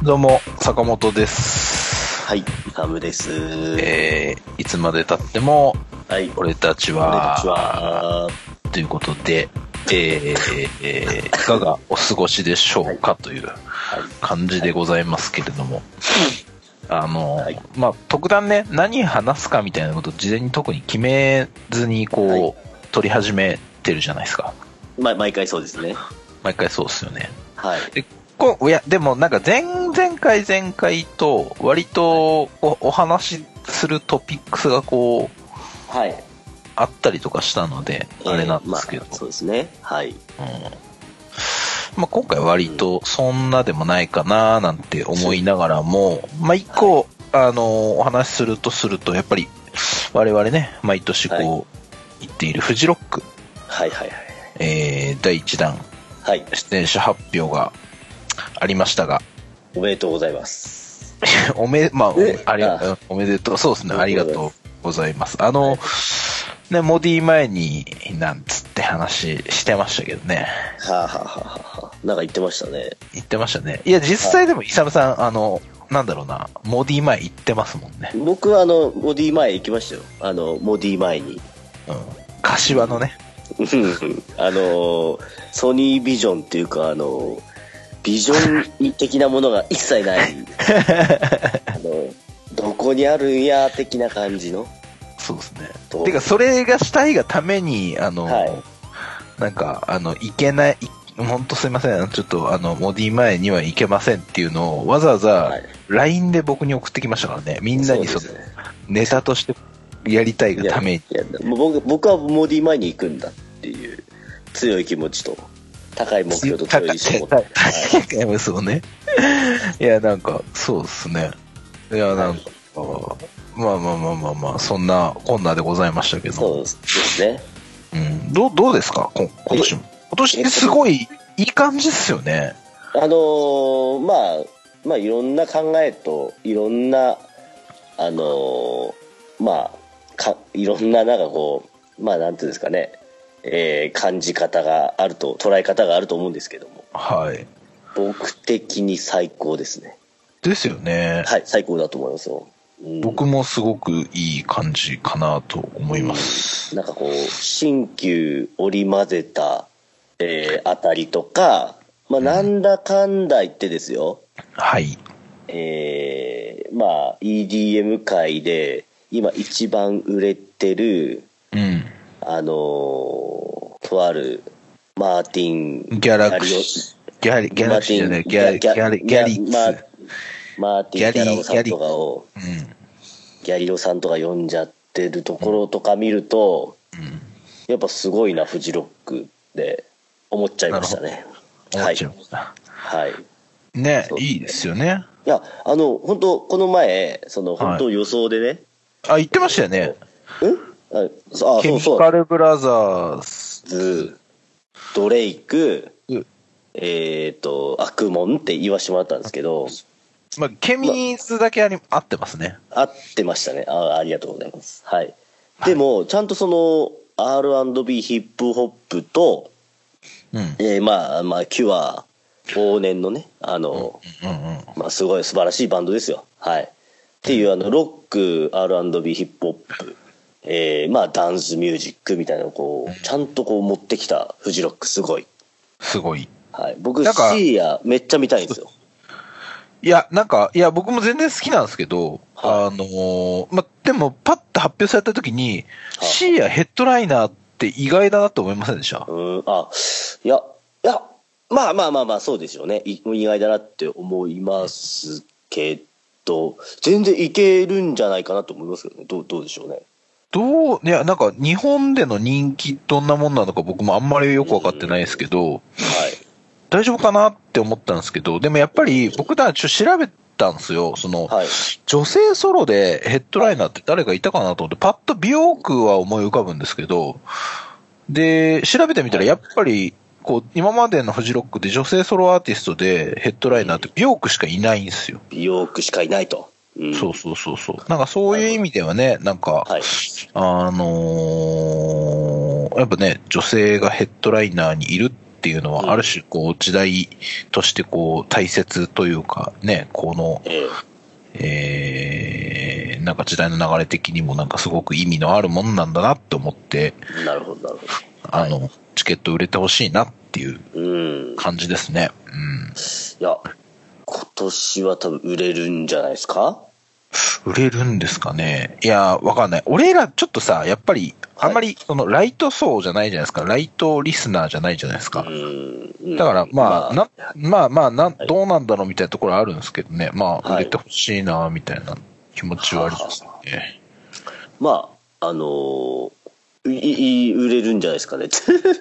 どうも、坂本です。 はい、カムです。 いつまで経っても、 はい、 俺たちは、ということで、いかがお過ごしでしょうか、という感じでございますけれども、まあ、特段ね、何話すかみたいなことを事前に特に決めずに、撮り始めてるじゃないですか。 毎回そうですね。 毎回そうですよね。 はい。 いや、でもなんか前回と割とお話しするトピックスがはい。 あったりとかしたので、あれなんですけど。 そうですね。はい。 まあ今回割とそんなでもないかななんて思いながらも、まあ一個、お話しすると、やっぱり我々ね、毎年言っているフジロック。 はいはいはい。 第1弾、出演者発表がありましたが、 おめでとうございます。 おめでとう。そうですね。ありがとうございます。ね、モディ前に、なんつって話してましたけどね。 なんか言ってましたね。 言ってましたね。いや、実際でも、イサムさん、なんだろうな、モディ前行ってますもんね。 僕はモディ前行きましたよ。モディ前に。 柏のね。 ソニービジョンっていうか、ビジョン的なものが一切ないどこにあるんや的な感じの。 そうですね。てかそれがしたいがためになんか行けない、本当すいません、ちょっとモディ前には行けませんっていうのをわざわざ LINE で僕に送ってきましたからね。みんなにそのネタとしてやりたいがために。 僕はモディ前に行くんだっていう強い気持ちと高い目標と強い意志を持って。 そうね。いや、なんか、そうですね。いや、なんか、まあ、そんなこんなでございましたけど。 そうですね。 どうですか今年も。今年ってすごいいい感じですよね。 まあ、いろんな考えと、いろんな、いろんななんかなんていうんですかね、感じ方があると、捉え方があると思うんですけども。 はい。 僕的に最高ですね。 ですよね。 はい、最高だと思いますよ。 僕もすごくいい感じかなと思います。 なんか新旧織り交ぜた、あたりとか、まあ、なんだかんだ言ってですよ。 はい。 EDM 界で今一番売れてる、とあるマーティン・ギャラクシーじゃない、ギャリックス。 マーティン・ギャラロさんとかを、ギャリロさんとか呼んじゃってるところとか見ると、やっぱすごいなフジロックで思っちゃいましたね。 思っちゃいました。 はい。 ね、いいですよね。 いや、本当この前、本当予想でね。 言ってましたよね。ケミカルブラザーズ、 ドレイク、アクモンって言わせてもらったんですけど、 まあ、ケミーズだけ合ってますね。 合ってましたね。ありがとうございます。はい。でも、ちゃんとR&B ヒップホップと、キュア、往年のね、すごい素晴らしいバンドですよ。はい。っていう、ロック、R&B ヒップホップ、ダンスミュージックみたいなのをちゃんと持ってきたフジロック、すごい。 すごい。 はい。僕、シーヤめっちゃ見たいんですよ。 いや、僕も全然好きなんですけど、でも、パッと発表された時に、シーヤヘッドライナーって意外だなと思いませんでした？ いや、まあ、そうですよね。意外だなって思いますけど、全然いけるんじゃないかなと思いますけどね。どうでしょうね。 いや、なんか、日本での人気どんなもんなのか僕もあんまりよくわかってないですけど、大丈夫かなって思ったんですけど、でもやっぱり僕ら調べたんですよ。女性ソロでヘッドライナーって誰かいたかなと思って、パッと美容区は思い浮かぶんですけど、で、調べてみたらやっぱり、今までのフジロックで女性ソロアーティストでヘッドライナーって美容区しかいないんですよ。 美容区しかいないと。 そう。なんかそういう意味ではね、なんか、やっぱね、女性がヘッドライナーにいるっっていうのは、ある種、こう、時代としてこう、大切というか、ね、この、なんか時代の流れ的にもなんかすごく意味のあるもんなんだなって思って、 なるほど、なるほど。 チケット売れてほしいなっていう感じですね。 いや、今年は多分売れるんじゃないですか？ 売れるんですかね。いや、わかんない。俺らちょっとさ、やっぱり、あんまり、その、ライト層じゃないじゃないですか。ライトリスナーじゃないじゃないですか。だから、まあ、どうなんだろうみたいなところあるんですけどね。まあ、売れてほしいな、みたいな気持ちはありますね。 まあ、売れるんじゃないですかね。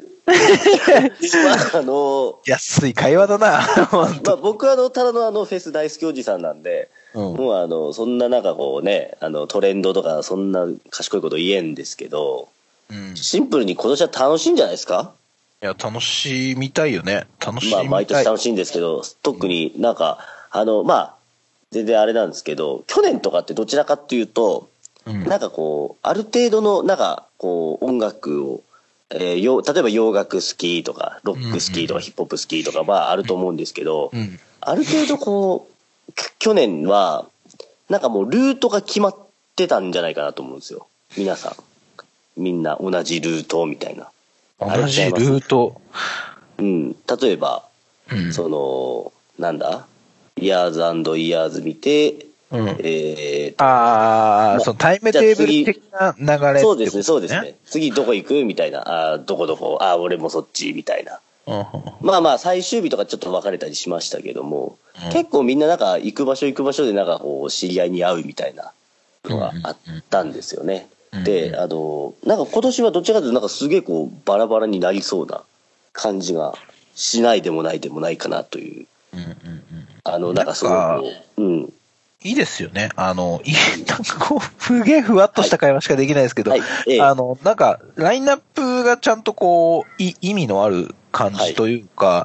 安い会話だな。 僕はただのフェス大好きおじさんなんで、もうそんななんかこうね、トレンドとかそんな賢いこと言えんですけど、シンプルに今年は楽しいんじゃないですか？ いや、楽しみたいよね。楽しみたい。 毎年楽しいんですけど、特になんか、まあ、全然あれなんですけど、去年とかってどちらかっていうと、なんかこう、ある程度の、なんかこう、音楽を、例えば洋楽好きとか、ロック好きとか、ヒップホップ好きとか、まああると思うんですけど、ある程度こう、去年は、なんかもうルートが決まってたんじゃないかなと思うんですよ。皆さん。みんな同じルートみたいな。 同じルート。 例えば、なんだイヤーズ&イヤーズ見て、 そのタイムテーブル的な流れ、 そうですね。次どこ行くみたいな。どこ俺もそっちみたいな。まあ最終日とかちょっと別れたりしましたけども、結構みんななんか行く場所でなんかこう知り合いに会うみたいなのがあったんですよね。で、なんか今年はどちらかというとなんかすげえこうバラバラになりそうな感じがしないでもないかなという。なんかすごく、 いいですよね。なんかこう、すげえふわっとした会話しかできないですけど、なんか、ラインナップがちゃんとこう、意味のある感じというか、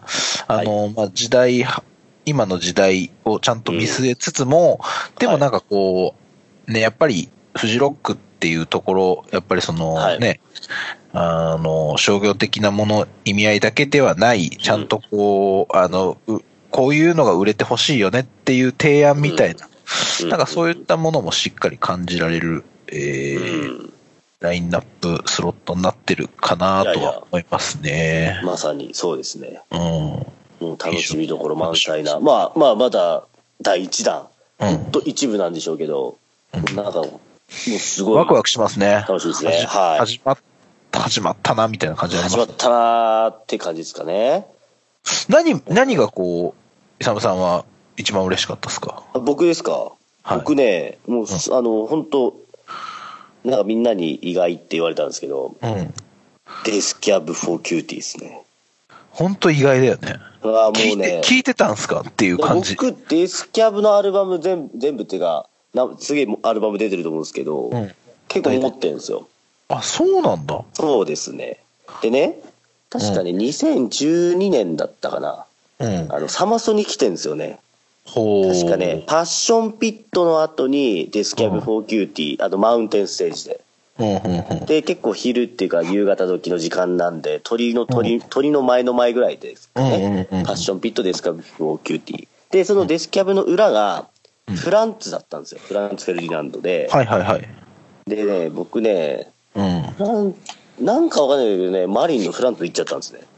今の時代をちゃんと見据えつつも、でもなんかこう、ね、やっぱり、フジロックっていうところ、やっぱりそのね、商業的なもの、意味合いだけではない、ちゃんとこう、こういうのが売れてほしいよねっていう提案みたいな、なんかそういったものもしっかり感じられる、ラインナップスロットになってるかなとは思いますね。 まさにそうですね。もう楽しみどころ満載な。まだ第1弾、ほんと一部なんでしょうけど、なんかもうすごい。 ワクワクしますね。 楽しいですね。はい。 始まったなみたいな感じあります。 始まったなって感じですかね。 何がこう、イサムさんは一番嬉しかったですか？ 僕ですか？僕ね、もう、本当なんかみんなに意外って言われたんですけど、デスキャブフォーキューティーですね。 本当意外だよね。 もうね、 聞いてたんすかっていう感じ。 僕、デスキャブのアルバム全部っていうか、すげえアルバム出てると思うんですけど、結構持ってるんですよ。 あ、そうなんだ。 そうですね。でね、確かね、2012年だったかな。サマソに来てるんですよね。確かね、パッションピットの後にデスキャブフォーキューティー、あとマウンテンステージで。で、結構昼っていうか夕方時の時間なんで、鳥の前ぐらいですね。パッションピット、デスキャブフォーキューティー。で、そのデスキャブの裏が、フランツだったんですよ。フランツ・フェルディナンドで。でね、僕ね、なんかわかんないけどね、マリンのフランツ行っちゃったんですね。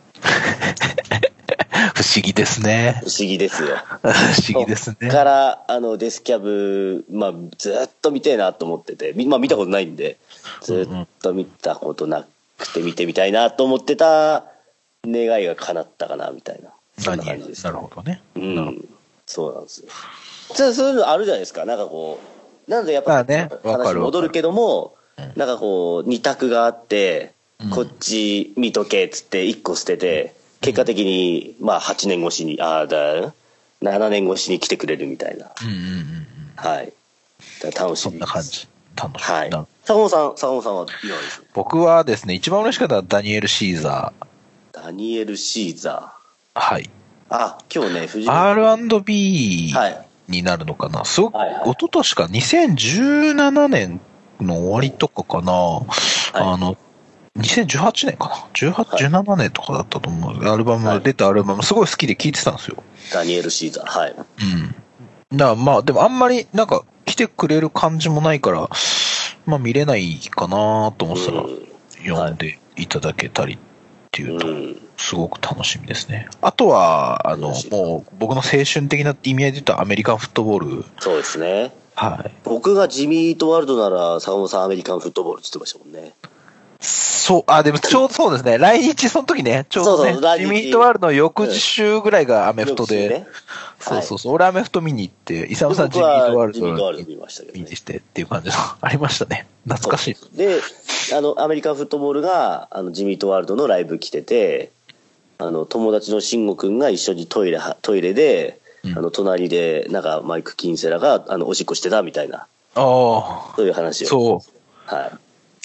不思議ですね。 不思議ですよ。 不思議ですね。 そっから、デスキャブ、ずっと見てえなと思ってて、見たことないんで、ずっと見たことなくて見てみたいなと思ってた願いが叶ったかな、みたいな。そんな感じです、 なるほどね。 そうなんですよ。そういうのあるじゃないですか。なんかこう、なんでやっぱ話戻るけども、なんかこう、二択があって、こっち見とけっつって1個捨てて、結果的に、8年越しに、7年越しに来てくれるみたいな。はい。楽しみです。 そんな感じ。楽しみ。 はい。坂本さんはいかがですか？ 僕はですね、一番嬉しかったのはダニエル・シーザー。 ダニエル・シーザー。はい。 今日ね、 R&B になるのかな。すごく、一昨年か、2017年の終わりとかかな。 2018年かな ?18、17年とかだったと思う。出たアルバム、すごい好きで聴いてたんですよ。 ダニエル・シーザー、はい。 うん。だからまあ、でもあんまりなんか来てくれる感じもないから、まあ見れないかなと思ってたら、読んでいただけたりっていうと、すごく楽しみですね。あとは、もう僕の青春的な意味合いで言うとアメリカンフットボール。 そうですね。 はい。 僕がジミートワールドなら、坂本さんアメリカンフットボールって言ってましたもんね。 そう、でもちょうどそうですね。来日、その時ね、ちょうどね、ジミートワールドの翌週ぐらいがアメフトで、そう、俺アメフト見に行って、イサムさんジミートワールド見ましたけど、 見にしてっていう感じの、ありましたね。懐かしい。 で、アメリカンフットボールが、ジミートワールドのライブ来てて、友達の慎吾くんが一緒にトイレで、隣で、なんかマイク・キンセラが、おしっこしてたみたいな。そういう話を。 そう。 はい。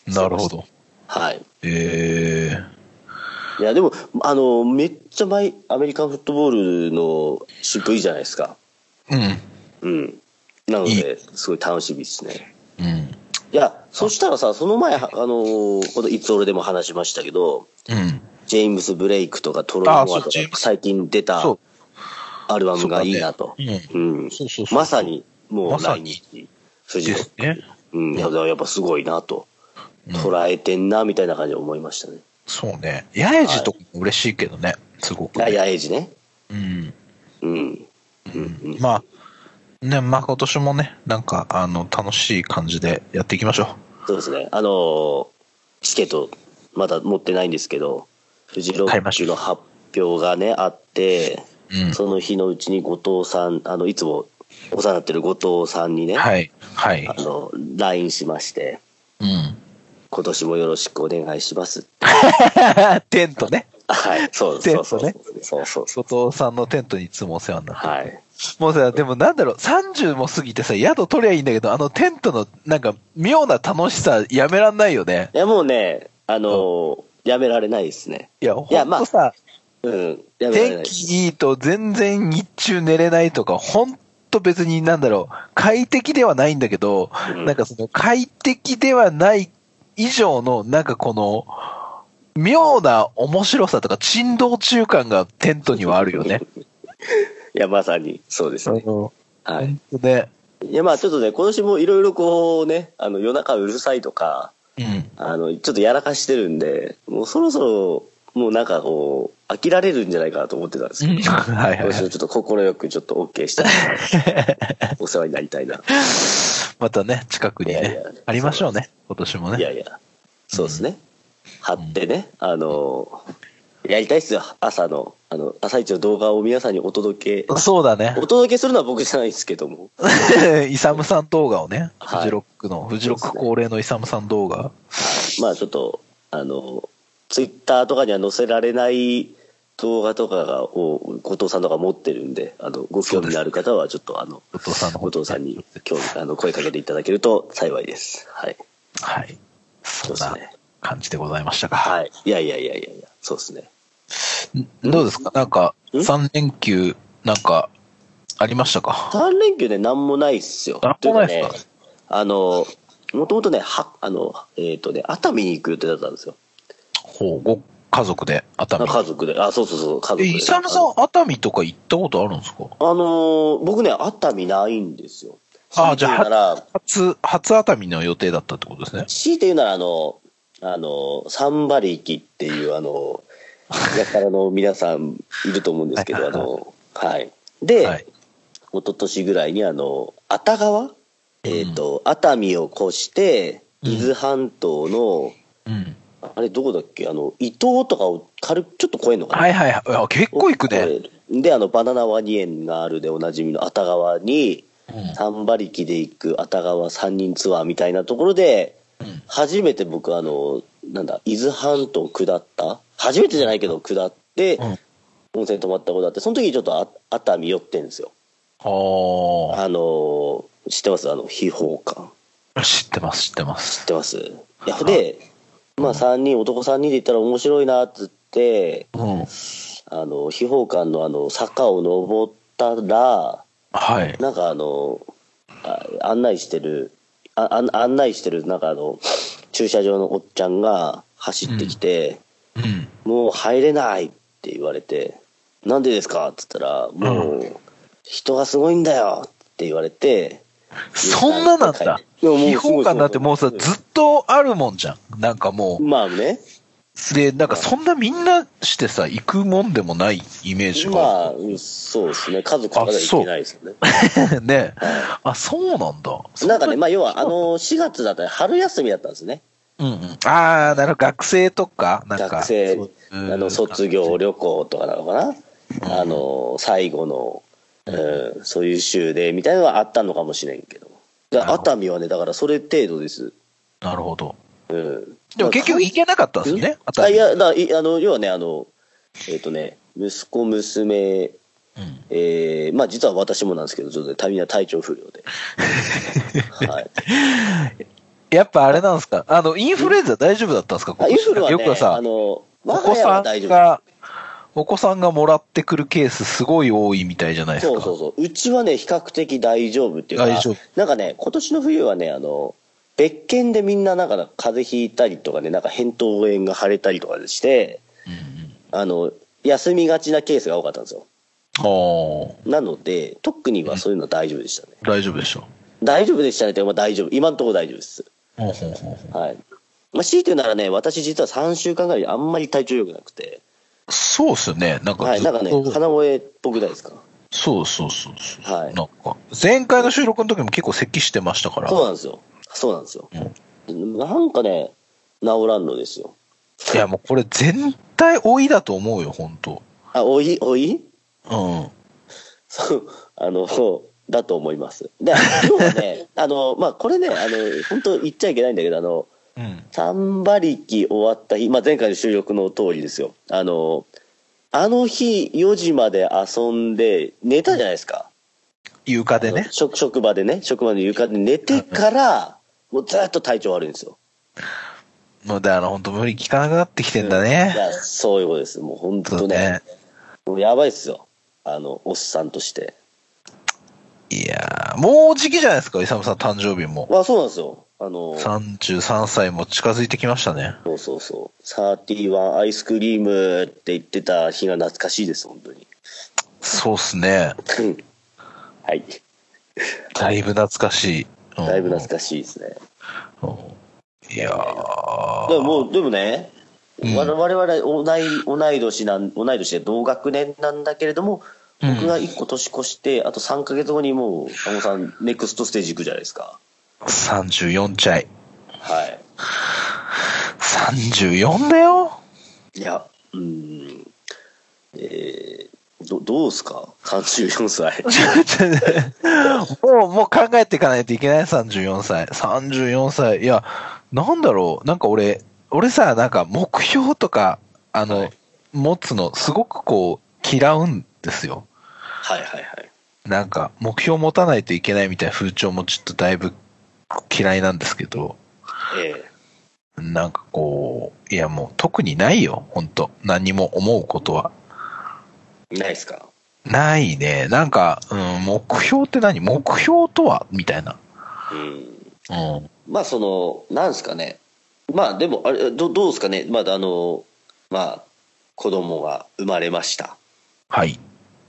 なるほど。 はい。 いや、でも、めっちゃアメリカンフットボールのシップいいじゃないですか。うん。なので、すごい楽しみですね。いや、そしたらさ、その前、いつ俺でも話しましたけど、ジェームス・ブレイクとかトロイ・モアとか最近出たアルバムがいいなと。まさに、もう来日、藤野。やっぱすごいなと。捉えてんな、みたいな感じで思いましたね。 そうね。ヤエジとかも嬉しいけどね、すごく。 ヤエジね。 まあ、ね、まあ今年もね、なんか、楽しい感じでやっていきましょう。 そうですね。チケット、まだ持ってないんですけど、フジロックの発表がね、あって、その日のうちに後藤さん、いつもお世話になってる後藤さんにね、LINE しまして、今年もよろしくお願いします。 テントね。 はい、そうテントね。 そう後藤さんのテントにいつもお世話になって。はい。もうさ、でもなんだろう、30も過ぎてさ、宿取りゃいいんだけど、テントのなんか妙な楽しさやめらんないよね。 いやもうね、やめられないですね。 いや、ほんとさ、天気いいと全然日中寝れないとか、ほんと別になんだろう、快適ではないんだけど、なんかその快適ではない以上の、なんかこの、妙な面白さとか珍道中感がテントにはあるよね。 いや、まさにそうですね。 はい。ね。 いや、まあちょっとね、今年もいろいろこうね、夜中うるさいとか、ちょっとやらかしてるんで、もうそろそろ、もうなんかこう、飽きられるんじゃないかなと思ってたんですけど、今年もちょっと快くちょっと OK して、お世話になりたいな。 またね、近くにね、ありましょうね、今年もね。 いやいや、そうですね。貼ってね、やりたいっすよ。朝一の動画を皆さんにお届け。 そうだね。 お届けするのは僕じゃないですけども。 イサムさん動画をね、フジロック恒例のイサムさん動画。 まあちょっと、ツイッターとかには載せられない動画とかを後藤さんとか持ってるんで、ご興味のある方はちょっと後藤さんに声かけていただけると幸いです。はい。 はい。そうですね。感じでございましたか。 はい。いや、そうですね。 どうですかなんか、3連休、なんか、ありましたか ?3 連休ね、なんもないっすよ。 なんもないっすかもともとね、熱海に行く予定だったんですよ。 ご家族で、熱海。 家族で。そう、家族で。 イサムさん、熱海とか行ったことあるんですか僕ね、熱海ないんですよ。 じゃあ、初熱海の予定だったってことですね。 強いて言うなら、サンバリキっていう、やからの皆さんいると思うんですけど、はい。で、一昨年ぐらいに、熱川熱海を越して、伊豆半島の、あれどこだっけ伊東とかをちょっと越えんのかな。 はい。結構行くね。 で、バナナワニ園があるでおなじみの熱川に、サンバリキで行く熱川3人ツアーみたいなところで、初めて僕伊豆半島下った初めてじゃないけど下って、温泉泊まったことあって、その時にちょっと熱海寄ってんですよ。知ってます秘宝館。 知ってます。 いや、で、まあ男3人で行ったら面白いなって言って、秘宝館の坂を登ったら、なんか案内してるなんか駐車場のおっちゃんが走ってきて、 うん、 もう入れないって言われて、なんでですかって言ったら、もう、人がすごいんだよって言われて、 そんななんだ。秘宝館だってもうさ、ずっとあるもんじゃん。なんかもう。 まあね。 で、なんかそんなみんなしてさ、行くもんでもないイメージが。 まあ、そうですね。家族とかで行けないですよね。 ね、あ、そうなんだ。 なんかね、まあ要は、4月だったら春休みだったんですね。 うんうん。ああ、なるほど。学生とか、なんか。 学生、卒業旅行とかなのかな。最後の、そういう週で、みたいなのはあったのかもしれんけど。熱海はね、だからそれ程度です。 なるほど。 うん。 でも結局行けなかったんですよね。 いや、要はね、息子、娘、まあ実は私もなんですけど、ちょっとみんな体調不良で。はい。 やっぱあれなんですか、インフルエンザ大丈夫だったんですか？ インフルはね、 よくさ、お子さんがもらってくるケースすごい多いみたいじゃないですか。 そう。うちはね、比較的大丈夫っていうか、なんかね、今年の冬はね、別件でみんななんか風邪ひいたりとかね、なんか扁桃炎が腫れたりとかでして、休みがちなケースが多かったんですよ。なので、特にはそういうのは大丈夫でしたね。 大丈夫でしょ。 大丈夫でしたねって、大丈夫。今のところ大丈夫です。はい。まあ、強いて言うならね、私実は3週間ぐらいあんまり体調良くなくて。 そうっすよね。なんかはい、なんかね、鼻声っぽくないですか？ そう。はい。なんか、前回の収録の時も結構咳してましたから。 そうなんですよ。なんかね、治らんのですよ。 いや、もうこれ全体老いだと思うよ、本当。 あ、老い？ うん。 そう、だと思います。で、要はね、まあ、これね、本当言っちゃいけないんだけど、サンバ力終わった日、まあ、前回の収録の通りですよ。あの日4時まで遊んで寝たじゃないですか。 床でね。 職場の床で寝てから、もうずっと体調悪いんですよ。 もう本当無理効かなくなってきてんだね。 いや、そういうことです。もう本当ね。もうやばいっすよ。おっさんとして。 いやー、もう時期じゃないですか、イサムさん誕生日も。 そうなんですよ。 33歳も近づいてきましたね。 そう。31アイスクリームって言ってた日が懐かしいです、本当に。 そうっすね。 はい。 だいぶ懐かしい。 だいぶ懐かしいですね。 いやー。でもね、我々同い年で同学年なんだけれども、僕が1個年越して、あと3ヶ月後にもう、タモさん、ネクストステージ行くじゃないですか。 34歳。 はい。 34だよ。 いや、どうすか ?34 歳。 もう考えていかないといけない、34歳。34歳。いや、なんだろう。なんか俺さ、なんか目標とか、持つの、すごくこう、嫌うんですよ。 はい。 なんか、目標持たないといけないみたいな風潮もちょっとだいぶ嫌いなんですけど。なんかこう、いやもう特にないよ、本当何も思うことは。 ないっすか？ ないね。なんか、目標って何？目標とはみたいな。 まあなんすかね。まあでも、あれ、どうですかね。まだまあ、子供が生まれました。 はい。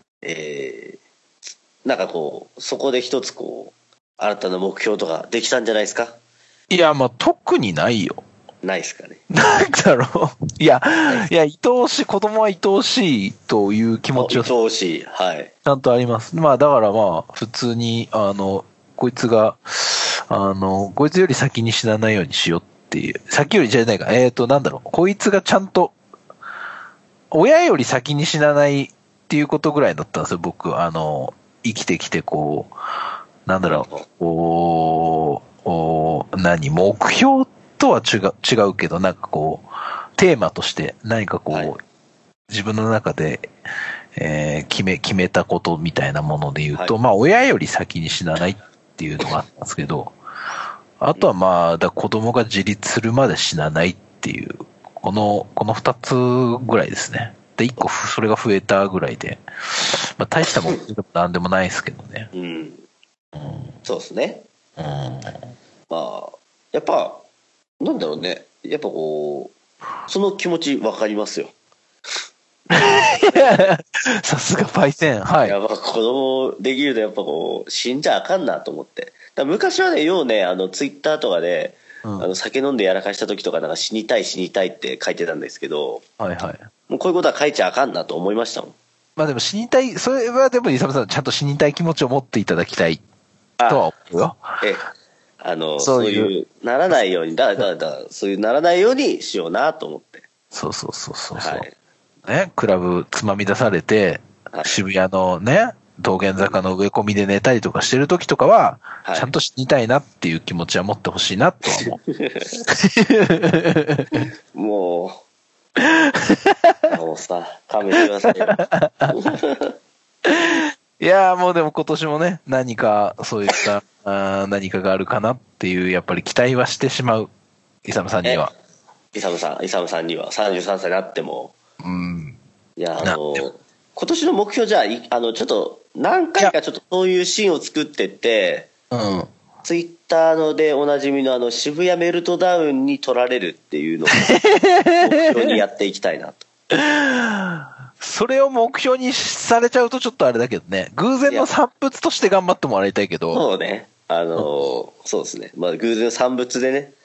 なんかこう、そこで一つこう、新たな目標とかできたんじゃないですか？ いや、まあ特にないよ。 ないっすかね。 なんだろう。いや、愛おしい、子供は愛おしいという気持ちは。 愛おしい。はい。 ちゃんとあります。まあだからまあ、普通に、こいつが、こいつより先に死なないようにしようっていう。先よりじゃないか。なんだろう。こいつがちゃんと、親より先に死なないっていうことぐらいだったんですよ、僕。生きてきてこう、なんだろう。目標とは違うけど、なんかこう、テーマとして何かこう、自分の中で、決めたことみたいなもので言うと、まあ親より先に死なないっていうのがあったんですけど、あとはまあ、子供が自立するまで死なないっていう、この二つぐらいですね。で、一個それが増えたぐらいで、まあ大したもんでもなんでもないですけどね。 そうですね。まあ、やっぱ、なんだろうね。やっぱこう、 その気持ちわかりますよ。 さすがパイセン。はい。 やっぱ子供できるとやっぱこう、死んじゃあかんなと思って。昔はね、ようね、ツイッターとかで、酒飲んでやらかした時とかなんか死にたいって書いてたんですけど、 はいはい。 もうこういうことは書いちゃあかんなと思いましたもん。 まあでも死にたい、それはでもイサムさんちゃんと死にたい気持ちを持っていただきたいとは思うよ。 そういう、ならないように、そういうならないようにしようなと思って。 そう。 はい。 ね、クラブつまみ出されて、はい、渋谷のね、道玄坂の植え込みで寝たりとかしてる時とかは、はい、ちゃんと死にたいなっていう気持ちは持ってほしいなとは思う。もうさ、勘弁してくださいよ。 いやーもうでも今年もね、何かそういった何かがあるかなっていう、やっぱり期待はしてしまう、イサムさんには。 イサムさんには33歳になっても。 うん。 いや、今年の目標じゃあ、ちょっと、何回かちょっとそういうシーンを作ってって、ツイッターでおなじみの渋谷メルトダウンに取られるっていうのを目標にやっていきたいなと。 それを目標にされちゃうとちょっとあれだけどね。偶然の産物として頑張ってもらいたいけど。 そうね。そうですね。まあ偶然の産物でね、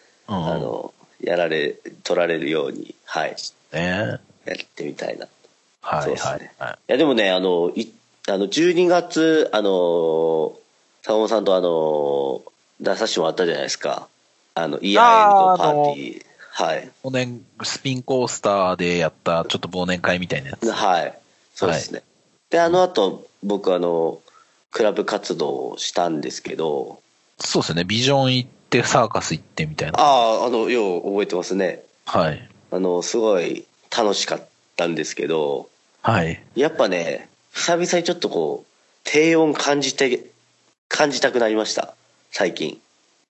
取られるように、はい。やってみたいな。 はいはい。いやでもね、12月、坂本さんと出させてもらったじゃないですか。イヤーエンドパーティー。はい。 スピンコースターでやったちょっと忘年会みたいなやつ。 はい。そうですね。で、後、僕クラブ活動をしたんですけど。 そうですね。ビジョン行って、サーカス行ってみたいな。 よう覚えてますね。 はい。 すごい楽しかったんですけど。 はい。 やっぱね、久々にちょっとこう、低音感じたくなりました。最近。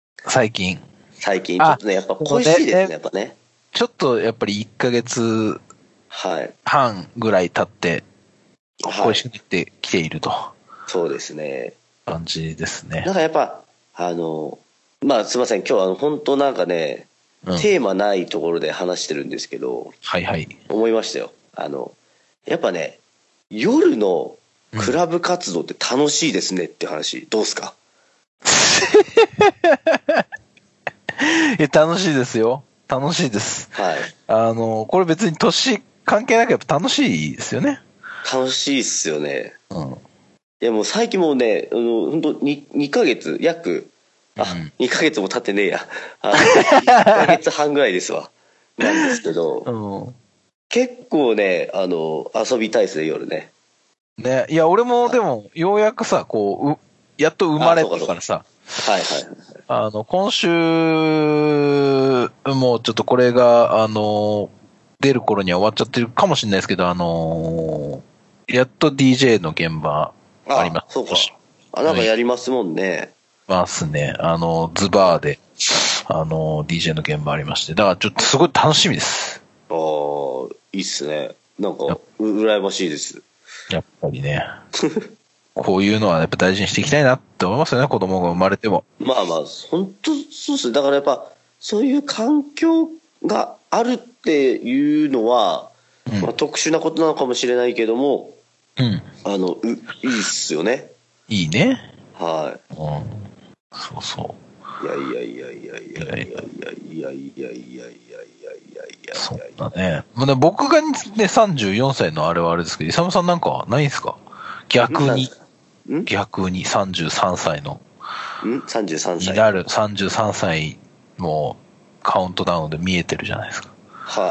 ちょっとね、やっぱ恋しいですね、やっぱね。 ちょっとやっぱり1ヶ月半ぐらい経って、恋しくなってきていると。 そうですね。 感じですね。 なんかやっぱ、まあすいません、今日は本当なんかね、テーマないところで話してるんですけど、 はいはい。 思いましたよ。やっぱね、夜のクラブ活動って楽しいですねって話、どうすか？ 楽しいですよ。楽しいです。 はい。 これ別に年関係なくやっぱ楽しいですよね。 楽しいっすよね。いやもう最近もうね、本当2ヶ月、2ヶ月も経ってねえや。1ヶ月半ぐらいですわ。なんですけど、結構ね、遊びたいですね、夜ね。 ね、いや、俺もでも、ようやくさ、こう、やっと生まれたからさ、 はいはい。 今週、もうちょっとこれが、出る頃には終わっちゃってるかもしれないですけど、やっと DJ の現場あります。 そうか。なんかやりますもんね。 ますね。ズバーで、DJ の現場ありまして。だからちょっとすごい楽しみです。 いいっすね。なんか、羨ましいです。 やっぱりね。こういうのはやっぱ大事にしていきたいなって思いますよね、子供が生まれても。 まあまあ、本当そうっす。だからやっぱ、そういう環境があるっていうのは、まあ、特殊なことなのかもしれないけども、いいっすよね。 いいね。 はい。 そうそう。 いや。 そうだね。まあ、僕がね、34歳のあれはあれですけど、イサムさんなんかないんですか？逆に33歳の。 33歳。 になる33歳もカウントダウンで見えてるじゃないですか。 はい。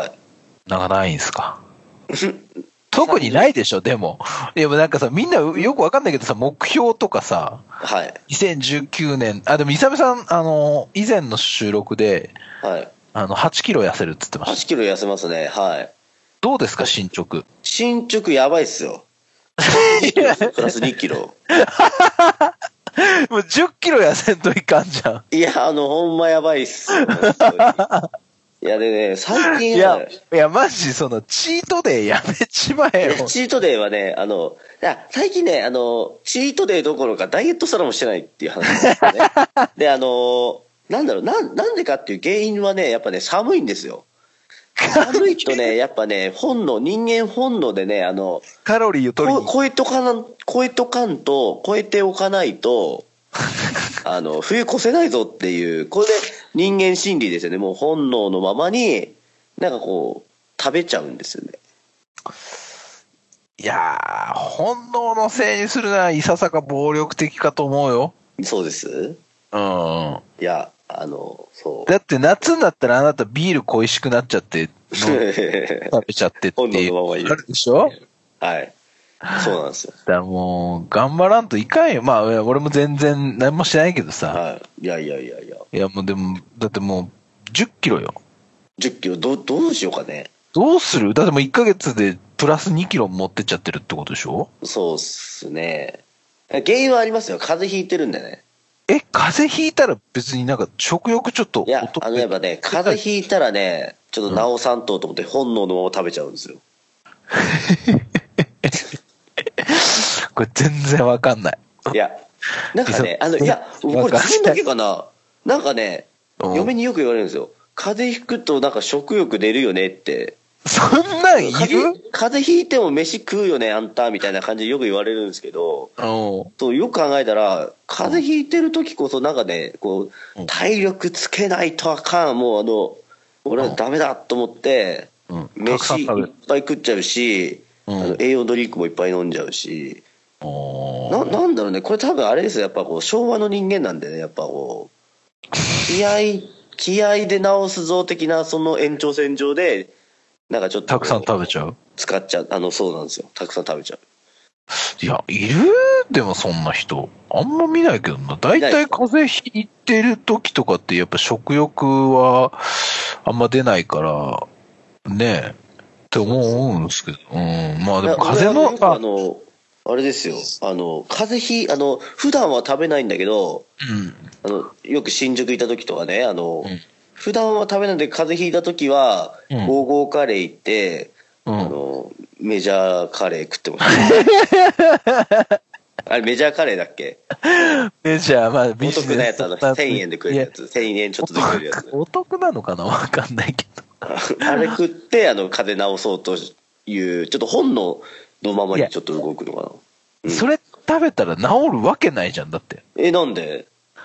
なんかないんですか？特にないでしょ、でも。でもなんかさ、みんなよくわかんないけどさ、目標とかさ、 はい。 2019年、でも、イサムさん、以前の収録で、 はい。 8キロ痩せるって言ってました。 8キロ痩せますね、はい。 どうですか、進捗。 進捗やばいっすよ。プラス2キロ。 もう10キロ痩せんといかんじゃん。 いや、ほんまやばいっす。いやでね、最近いや、マジ、チートデーやめちまえよ。 チートデーはね、最近ね、チートデーどころかダイエットすらもしてないっていう話なんですよね。で、なんでかっていう原因はね、やっぱね、寒いんですよ。 寒いとね、やっぱね、人間本能でね、 カロリーを取りに。 超えておかないと、冬越せないぞっていう、これで人間心理ですよね。もう本能のままに、なんかこう、食べちゃうんですよね。 いやー、本能のせいにするのはいささか暴力的かと思うよ。 そうです。 うん。 いや、そう。 だって夏になったらあなたビール恋しくなっちゃって、食べちゃってっていう。 本能のままに。 あるでしょ？ はい。そうなんですよ。 だからもう、頑張らんといかんよ。まあ、俺も全然何もしないけどさ。 はい。いやいやいやいや。 いやもうでも、だってもう、10キロよ。 10キロ、どうしようかね。 どうする？だってもう1ヶ月でプラス2キロ持ってっちゃってるってことでしょ？ そうっすね。原因はありますよ。風邪ひいてるんでね。 風邪ひいたら別になんか食欲ちょっといや、やっぱね、風邪ひいたらね、ちょっと治さんと思って本能のまま食べちゃうんですよ。 これ全然わかんない。 いや、なんかね、いや、これ自分だけかな。なんかね、嫁によく言われるんですよ。風邪ひくとなんか食欲出るよねって。 そんなんいる？ 風邪ひいても飯食うよね、あんた、みたいな感じでよく言われるんですけど、そうよく考えたら、風邪ひいてる時こそなんかね、こう、体力つけないとあかん、もう俺はダメだと思って、飯いっぱい食っちゃうし、栄養ドリンクもいっぱい飲んじゃうし、なんだろうね、これ多分あれですよ、やっぱこう、昭和の人間なんでね、やっぱこう、気合で治すぞ的なその延長線上で、なんかちょっと。 たくさん食べちゃう？ 使っちゃう。そうなんですよ。たくさん食べちゃう。 いや、いる？でもそんな人。あんま見ないけどな。だいたい風邪ひいてる時とかってやっぱ食欲はあんま出ないから、ねえ、って思うんですけど。まあでも風邪の、 あれですよ。普段は食べないんだけど、よく新宿行った時とかね、普段は食べないんで風邪ひいた時は、ゴーゴーカレー行って、メジャーカレー食ってました。あれメジャーカレーだっけ？ メジャー、まあビジネス。お得なやつ、1000円で食えるやつ。1000円ちょっとで食えるやつ。 お得なのかなわかんないけど。 あれ食って、風邪治そうという、ちょっと本能のままにちょっと動くのかな。それ食べたら治るわけないじゃん、だって。 なんで？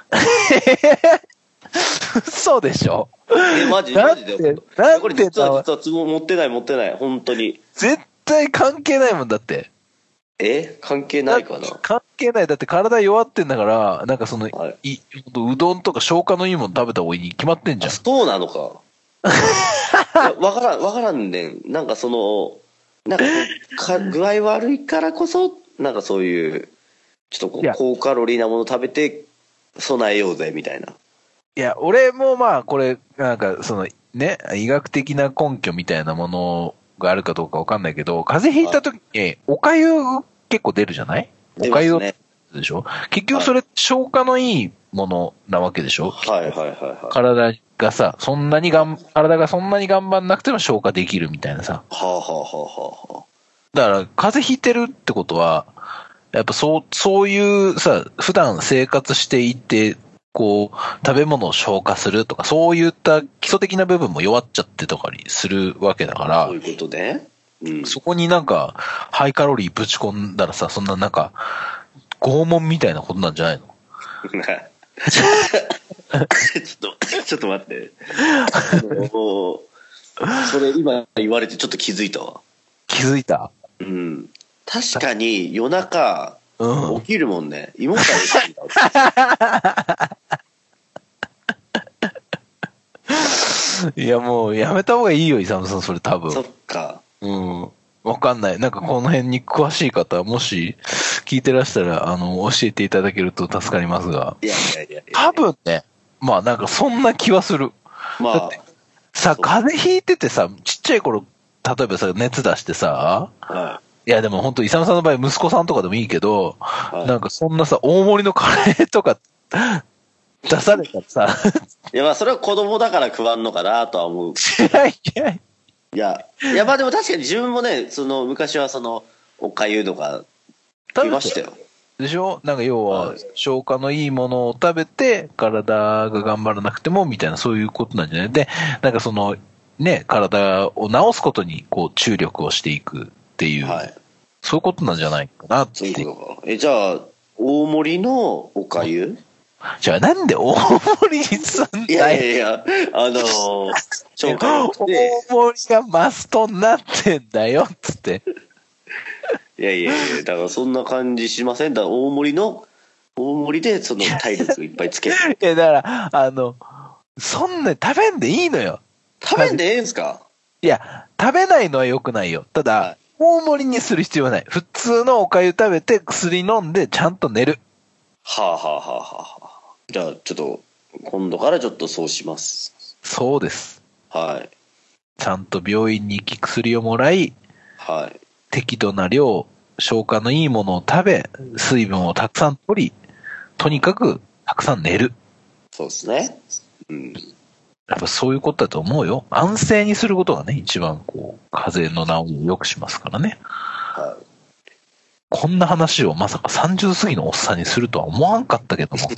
そうでしょ？ マジで。これ実は持ってない、本当に。 絶対関係ないもんだって。 関係ないかな？ 関係ない。だって体弱ってんだから、なんかうどんとか消化のいいもの食べた方がいいに決まってんじゃん。 そうなのか。わからんねん。なんかなんか具合悪いからこそ、なんかそういう、ちょっと高カロリーなもの食べて備えようぜ、みたいな。 いや、俺もまあ、これ、なんか医学的な根拠みたいなものがあるかどうかわかんないけど、風邪ひいた時に、おかゆ結構出るじゃない？おかゆでしょ？結局それ、消化のいいものなわけでしょ？体がさ、体がそんなに頑張んなくても消化できるみたいなさ。だから、風邪ひいてるってことは、やっぱそういうさ、普段生活していて、こう、食べ物を消化するとか、そういった基礎的な部分も弱っちゃってとかにするわけだから、 そういうことね。 そこになんか、ハイカロリーぶち込んだらさ、そんななんか、拷問みたいなことなんじゃないの？ ちょっと待って。それ今言われてちょっと気づいたわ。 気づいた？ 確かに夜中、起きるもんね。胃もたれしてんだ。 いやもうやめた方がいいよ、イサムさん、それ多分。 そっか。 わかんない。なんかこの辺に詳しい方、もし聞いてらしたら、教えていただけると助かりますが。 いや。 多分ね、まあなんかそんな気はする。だってさ、風邪ひいててさ、ちっちゃい頃、例えばさ、熱出してさ、いやでも本当、イサムさんの場合、息子さんとかでもいいけど、なんかそんなさ、大盛りのカレーとか出されたらさ。 いやまあそれは子供だから食わんのかなとは思う。いやまあでも確かに自分もね、昔はおかゆとか食べましたよ。 でしょ？なんか要は、消化のいいものを食べて、体が頑張らなくても、みたいな、そういうことなんじゃない？で、なんかね、体を治すことに、こう、注力をしていくっていう、はい、そういうことなんじゃないかなって。 そういうことか。じゃあ、大盛りのおかゆ？ じゃあなんで大盛りにすんだよ。 いや、紹介よくて。 大盛りがマストになってんだよ、つって。 いや、だからそんな感じしません？だから大盛りでその体力いっぱいつける。 いや、だから、そんな食べんでいいのよ。 食べんでええんすか？ いや、食べないのは良くないよ。ただ、はい、大盛りにする必要はない。普通のお粥食べて薬飲んでちゃんと寝る。 はあ。じゃあ、ちょっと、今度からちょっとそうします。 そうです。 はい。 ちゃんと病院に行き薬をもらい、 はい。 適度な量、消化のいいものを食べ、水分をたくさん取り、とにかくたくさん寝る。 そうですね。うん。 やっぱそういうことだと思うよ。安静にすることがね、一番こう、風邪の治りを良くしますからね。 はい。 こんな話をまさか30過ぎのおっさんにするとは思わんかったけども。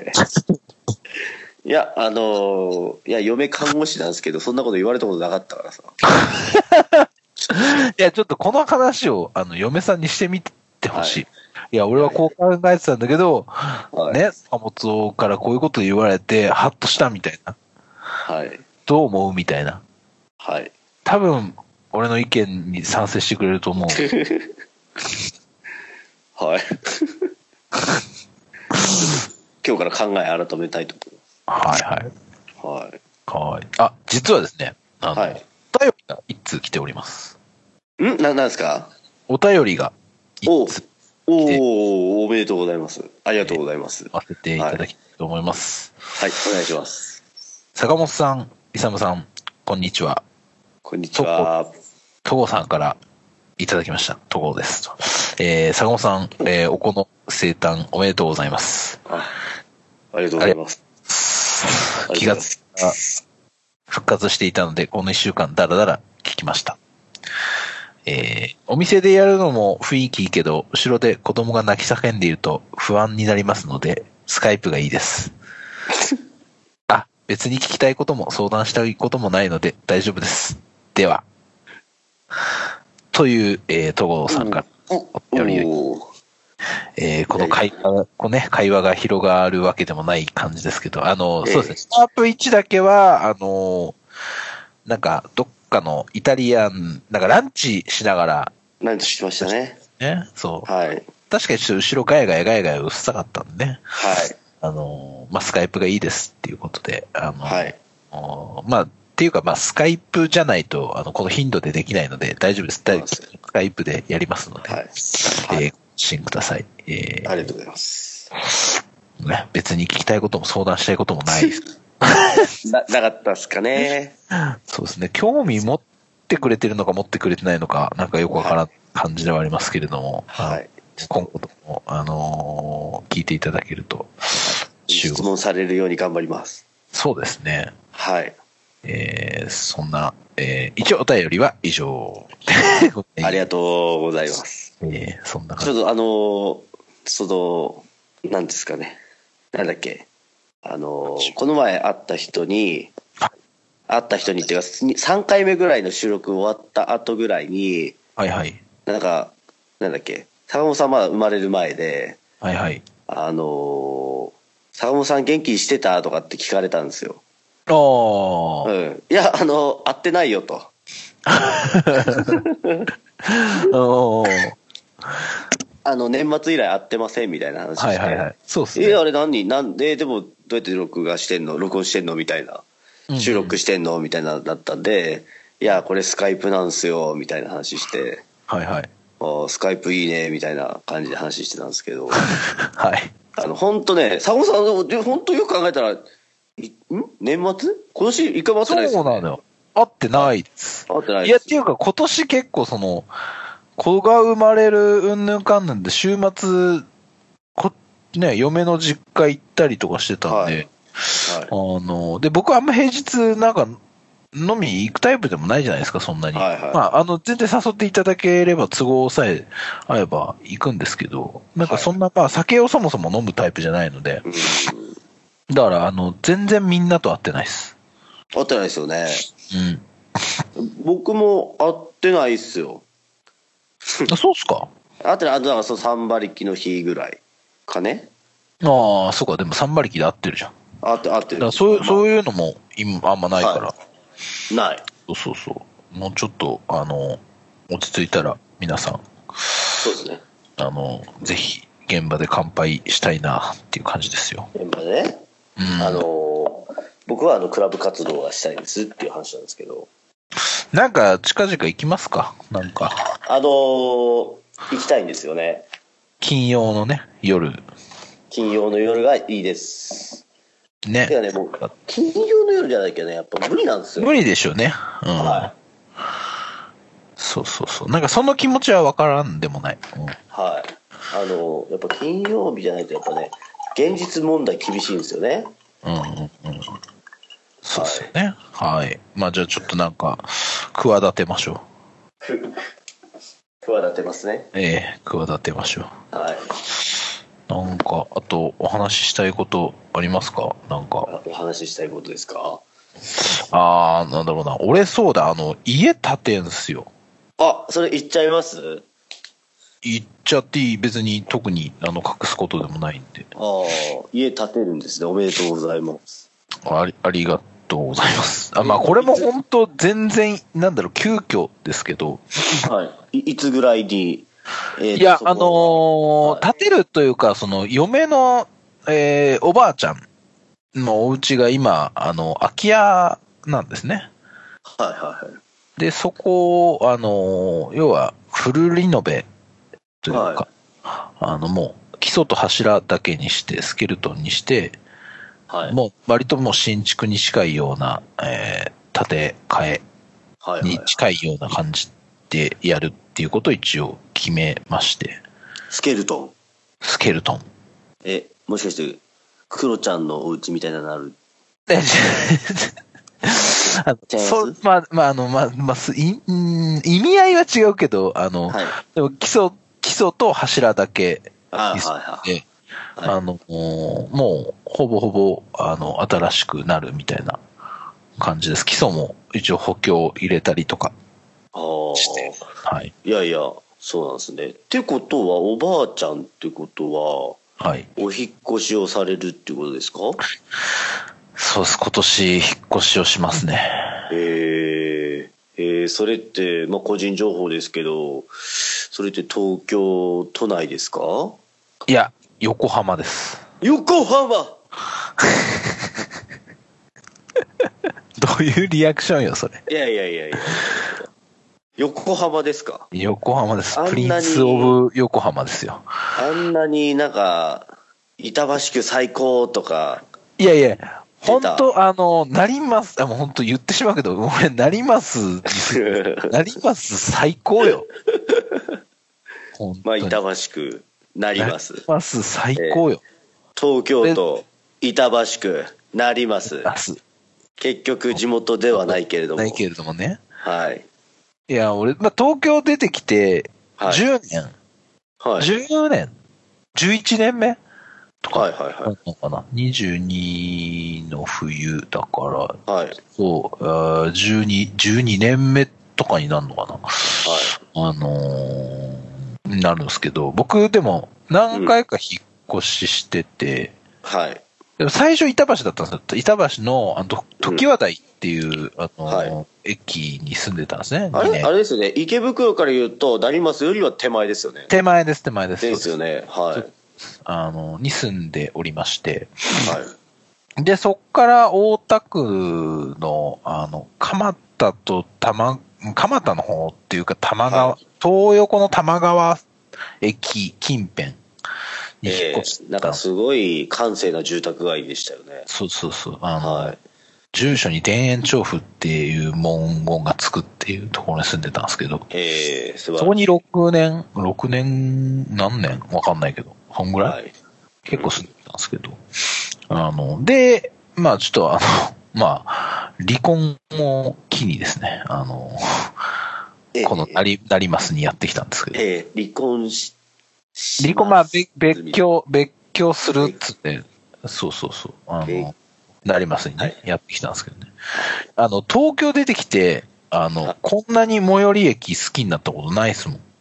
いや、嫁看護師なんですけど、そんなこと言われたことなかったからさ。 いや、ちょっとこの話を、嫁さんにしてみてほしい。はい、いや、俺はこう考えてたんだけど、はい、ね、貨物からこういうこと言われて、ハッとしたみたいな。 はい。 どう思うみたいな。 はい。 多分、俺の意見に賛成してくれると思う。 はい。今日から考え改めたいと思います。はい。 あ、実はですね、 はい、 お便りが一通来ております。 なんですか？ お便りが一通。 おめでとうございます。ありがとうございます。 させていただきたいと思います。 はい、お願いします。 坂本さん、勇さん、こんにちは。 こんにちは。 戸郷さんからいただきました。戸郷です。坂本さん、おこの生誕おめでとうございます。 ありがとうございます。 気がついたら復活していたので、この1週間だらだら聞きました。お店でやるのも雰囲気いいけど、後ろで子供が泣き叫んでいると不安になりますので、スカイプがいいです。あ、別に聞きたいことも相談したいこともないので大丈夫です。では。という、戸郷さんからお便りを。この会話が広がるわけでもない感じですけど、そうですね、シャープ1だけは、なんか、どっかのイタリアン、なんかランチしながら。 ランチしてましたね。 そう。 はい。 確かにちょっと後ろガヤガヤうっさかったんでね。 はい。 スカイプがいいですっていうことで、 はい。 っていうか、スカイプじゃないと、この頻度でできないので大丈夫です。スカイプでやりますので。 はい。 ご支援ください。 ありがとうございます。 別に聞きたいことも相談したいこともないです。 なかったですかね。 そうですね。興味持ってくれてるのか持ってくれてないのか、なんかよくわからん感じではありますけれども、 はい。 今後とも、聞いていただけると、 質問されるように頑張ります。 そうですね。 はい。 そんな、一応お便りは以上。 ありがとうございます。 そんな感じ。 ちょっと、なんですかね。なんだっけ。この前会った人にっていうか、3回目ぐらいの収録終わった後ぐらいに、 はいはい。 なんだっけ。坂本さんまだ生まれる前で、 はいはい。 坂本さん元気してたとかって聞かれたんですよ。 うん。 いや、会ってないよと。年末以来会ってませんみたいな話して。 はい。そうっすね。 あれなんで、でもどうやって録音してんのみたいな。収録してんのみたいなだったんで、いや、これスカイプなんすよ、みたいな話して。 はい。 スカイプいいね、みたいな感じで話してたんですけど。 はい。 本当ね、坂本さん、本当よく考えたら、年末今年一回も会ってないですよ、ね。 そうなのよ。会ってないです。 会ってないです。 いや、っていうか今年結構子が生まれるうんぬんかんぬんで週末、嫁の実家行ったりとかしてたんで、はい、で、僕はあんま平日なんか飲みに行くタイプでもないじゃないですか、そんなに。全然誘っていただければ都合さえ合えば行くんですけど、なんかそんな、酒をそもそも飲むタイプじゃないので、だから全然みんなと会ってないです。 会ってないですよね。 うん。 僕も会ってないっすよ。 そうっすか。 会ってない、あとなんかその3馬力の日ぐらいかね。 ああ、そうか、でも3馬力で合ってるじゃん。 会ってる。 だからそういうのも今あんまないから。 はい、ない。 そう。もうちょっと、落ち着いたら皆さん、 そうですね。 ぜひ現場で乾杯したいなっていう感じですよ。 現場でね。僕はクラブ活動がしたいですっていう話なんですけど。 なんか近々行きますか？なんか。 行きたいんですよね。 金曜のね、夜。 金曜の夜がいいです。 ね。 てかね、もう、金曜の夜じゃないけどね、やっぱ無理なんですよ。 無理でしょうね。うん。はい。そう。なんかその気持ちはわからんでもない。うん、 はい。やっぱ金曜日じゃないとやっぱね、現実問題厳しいんですよね。 そうですよね。はい。まあじゃあちょっとなんか、企てましょう。 企てますね。 企てましょう。 はい。 なんか、あとお話ししたいことありますか？なんか。 お話ししたいことですか？ なんだろうな。俺そうだ、家建てんすよ。 あ、それ言っちゃいます？ 言っちゃっていい？別に特に隠すことでもないんで。 家建てるんですね。おめでとうございます。 ありがとうございます。まあこれも本当全然、なんだろう、急遽ですけど。 はい。いつぐらいに、 いや、建てるというか、その、嫁の、おばあちゃんのお家が今、空き家なんですね。 はい。 で、そこを、要は、フルリノベというか、もう、基礎と柱だけにして、スケルトンにして、もう、割ともう新築に近いような、建て替えに近いような感じでやるっていうことを一応決めまして。 スケルトン。もしかして、クロちゃんのお家みたいなのある？ 意味合いは違うけど、でも基礎と柱だけにすって、もう、ほぼほぼ、新しくなるみたいな感じです。基礎も一応補強入れたりとかして。はい。 いやいや、そうなんですね。ってことは、おばあちゃんってことは、はい。お引越しをされるってことですか？ そうです。今年引っ越しをしますね。 それって、まあ、個人情報ですけど、それって東京都内ですか？ いや、横浜です。 横浜どういうリアクションよ、それ。 いや。横浜ですか？ 横浜です。プリンス・オブ・横浜ですよ。 あんなになんか、板橋区最高とか。 いや、本当成増、もう本当言ってしまうけど、俺、成増最高よ。 まあ、板橋区、成増。 成増最高よ。 東京都、板橋区、成増。結局、地元ではないけれども。 ないけれどもね。 はい。 いや、俺、東京出てきて、10年。はい。10年 ?11 年目とか。なのかな。22の冬だから。はい。そう、12年目とかになるのかな。はい。になるんですけど、僕でも何回か引っ越ししてて、はい。でも最初板橋だったんですよ。板橋の、常盤台っていう、駅に住んでたんですね。 あれですよね。池袋から言うと、成増よりは手前ですよね。 手前です。 ですよね。はい。 に住んでおりまして。はい。で、そっから大田区の、蒲田の方っていうか、玉川、東横の玉川駅近辺に引っ越した。 なんかすごい閑静な住宅街でしたよね。 そう。住所に田園調布っていう文言がつくっていうところに住んでたんですけど、そこに6年何年わかんないけど、そんぐらい、結構住んでたんですけど、で、まあちょっとまあ、離婚を機にですね、この成増にやってきたんですけど、まあ別居するっつって、そう。成増にね、やってきたんですけどね。東京出てきて、 こんなに最寄り駅好きになったことないっすもん。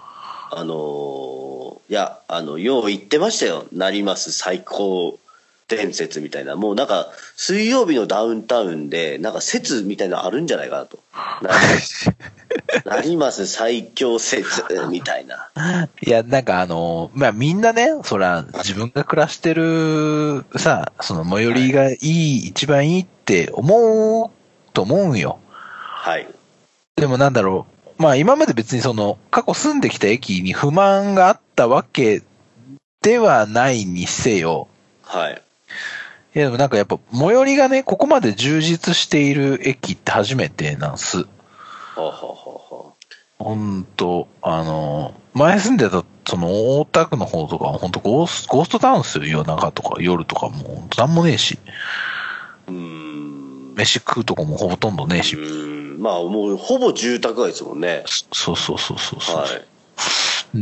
いや、よう言ってましたよ。なります最高伝説みたいな。もうなんか、水曜日のダウンタウンで、なんか説みたいなのあるんじゃないかなと。なります最強説みたいな。 いや、なんかまあ、みんなね、そら、自分が暮らしてる、さ、その最寄りがいい、一番いいって思うと思うんよ。 はい。 でもなんだろう。まあ今まで別にその過去住んできた駅に不満があったわけではないにせよ。 はい。 いやでもなんかやっぱ最寄りがね、ここまで充実している駅って初めてなんす。 はあ、はあはほんと、前住んでたその大田区の方とかほんとゴーストタウンですよ。夜中とか夜とかもなんもねえし。飯食うとこもほとんどねえし。 まあもうほぼ住宅街ですもんね。 そうそうそうそう。はい。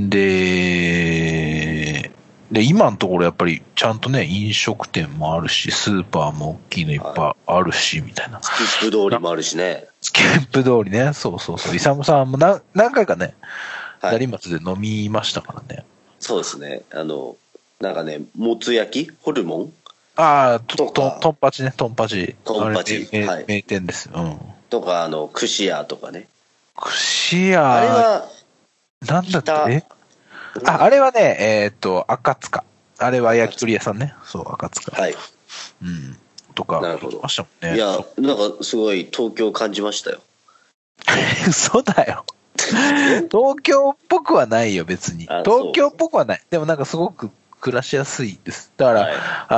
で、今のところやっぱりちゃんとね、飲食店もあるし、スーパーも大きいのいっぱいあるし、みたいな。 スキップ通りもあるしね。 スキップ通りね。そうそうそう。イサムさんも何回かね、成松で飲みましたからね。 そうですね。なんかね、もつ焼きホルモンああ、トンパチね、トンパチ。 トンパチ。 はい。名店です。うん。 とか、串屋とかね。 串屋。 あれは、 なんだってあれはね、赤塚。あれは焼き鳥屋さんね。そう、赤塚。 はい。 うん。とか、 なるほど。 ましたもんね。 いや、なんかすごい東京感じましたよ。 嘘だよ。東京っぽくはないよ、別に。東京っぽくはない。でもなんかすごく暮らしやすいです。だから、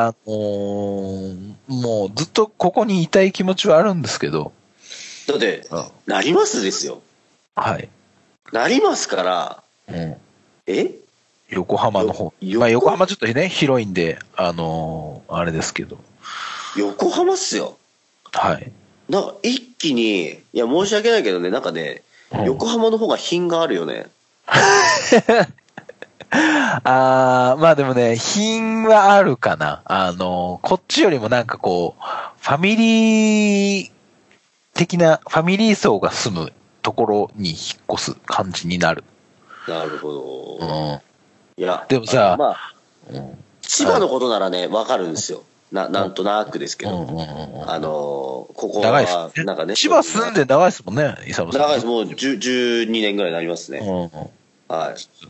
もうずっとここにいたい気持ちはあるんですけど。 だって、成増ですよ。 はい。 成増から、 横浜の方。まあ横浜ちょっとね、広いんで、あれですけど。 横浜っすよ。はい。なんか一気に、いや申し訳ないけどね、なんかね、横浜の方が品があるよね。 まあでもね、品はあるかな。こっちよりもなんかこう、ファミリー的な、ファミリー層が住むところに引っ越す感じになる。なるほど。いや、でもさ、まあ、千葉のことならね、わかるんですよ。なんとなくですけど。ここは、なんかね。千葉住んで長いですもんね、イサムさん。長いです。もう12年ぐらいになりますね。はい。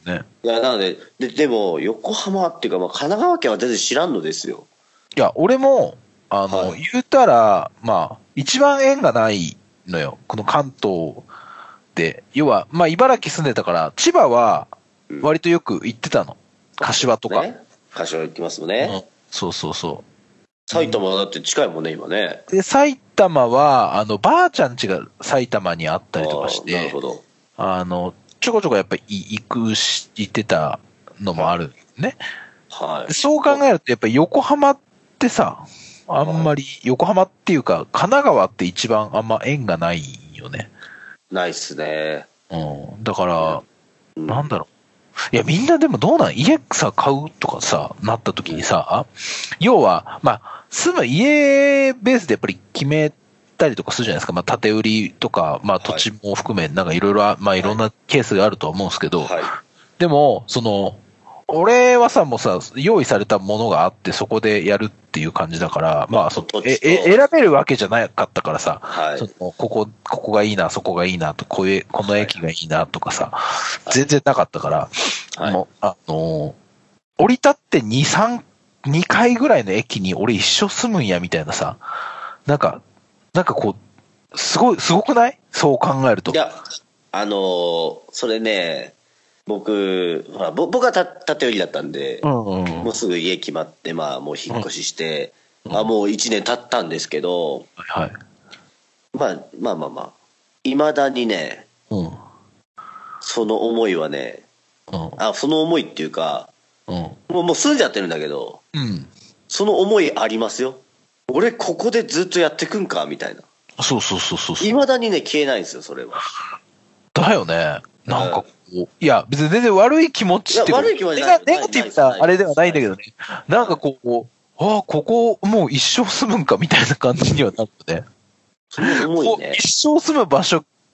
いや、なので、でも、横浜っていうか、まあ、神奈川県は全然知らんのですよ。いや、俺も、言うたら、まあ、一番縁がないのよ。この関東で。要は、まあ、茨城住んでたから、千葉は、割とよく行ってたの。柏とか。柏行きますもんね。そうそうそう。埼玉はだって近いもんね、今ね。で、埼玉は、ばあちゃん家が埼玉にあったりとかして、なるほど。ちょこちょこやっぱり行ってたのもあるね。はい。そう考えると、やっぱり横浜ってさ、あんまり、横浜っていうか、神奈川って一番あんま縁がないよね。ないっすね。うん。だから、なんだろう。いや、みんなでもどうなん家さ、買うとかさ、なった時にさ、要は、まあ、住む家ベースでやっぱり決めたりとかするじゃないですか。まあ、建売りとか、まあ、土地も含め、なんかいろいろ、まあ、いろんなケースがあるとは思うんですけど、はい、でも、俺はさ、もうさ、用意されたものがあって、そこでやるっていう感じだから、まあ、選べるわけじゃなかったからさ、はい、ここがいいな、そこがいいなと、この駅がいいなとかさ、はい、全然なかったから、はい、もう、降り立って2回ぐらいの駅に俺一生住むんや、みたいなさ、なんかこう、すごくないそう考えると。いや、それね、僕は建売りだったんで、もうすぐ家決まって、まあもう引っ越しして、もう1年経ったんですけど、はい。まあ、未だにね、その思いはね、その思いっていうか、もう住んじゃってるんだけど、その思いありますよ。俺ここでずっとやってくんかみたいな。そう。未だにね、消えないんですよ、それは。だよね。なんかこう、いや、別に全然悪い気持ちって悪い気持ちネガティブなあれではないんだけどね。なんかこう、ここもう一生住むんかみたいな感じにはなってね。その思いね。一生住む場所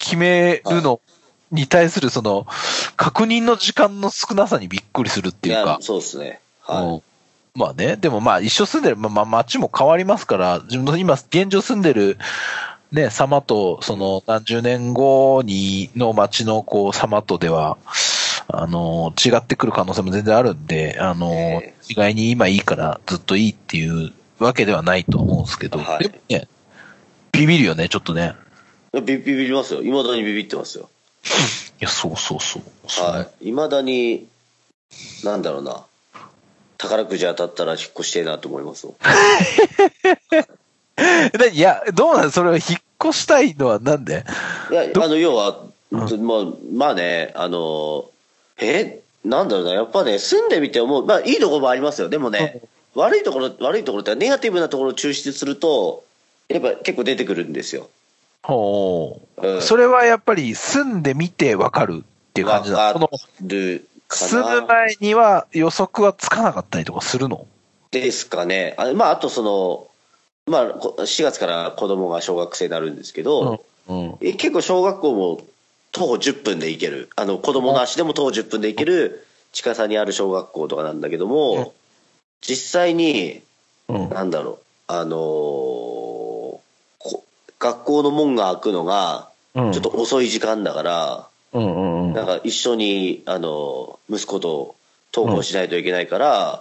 決めるのに対するその、確認の時間の少なさにびっくりするっていうか。 そうですね。はい。 まあね、でもまあ一緒住んでる、まあ街も変わりますから、自分の今現状住んでるね、様と、その何十年後の街のこう様とでは、違ってくる可能性も全然あるんで、意外に今いいからずっといいっていうわけではないと思うんですけど、 はい、 でもね、ビビるよね、ちょっとね。 ビビりますよ。未だにビビってますよ。 いや、そうそうそう。 はい。未だに、なんだろうな。宝くじ当たったら引っ越してえなと思いますよ。 いや、どうなんそれは引っ越したいのはなんで？ いや、要は、まあね、なんだろうな、やっぱね、住んでみて思う、まあ、いいところもありますよ。でもね、悪いところってネガティブなところを抽出すると、やっぱ結構出てくるんですよ。 ほう。それはやっぱり住んでみてわかるっていう感じだ。 わかるかな。 住む前には予測はつかなかったりとかするの？ ですかね。まあ、あとまあ、4月から子供が小学生になるんですけど、結構小学校も徒歩10分で行ける、子供の足でも徒歩10分で行ける近さにある小学校とかなんだけども、実際に、なんだろう、学校の門が開くのが、ちょっと遅い時間だから、なんか一緒に、息子と登校しないといけないから、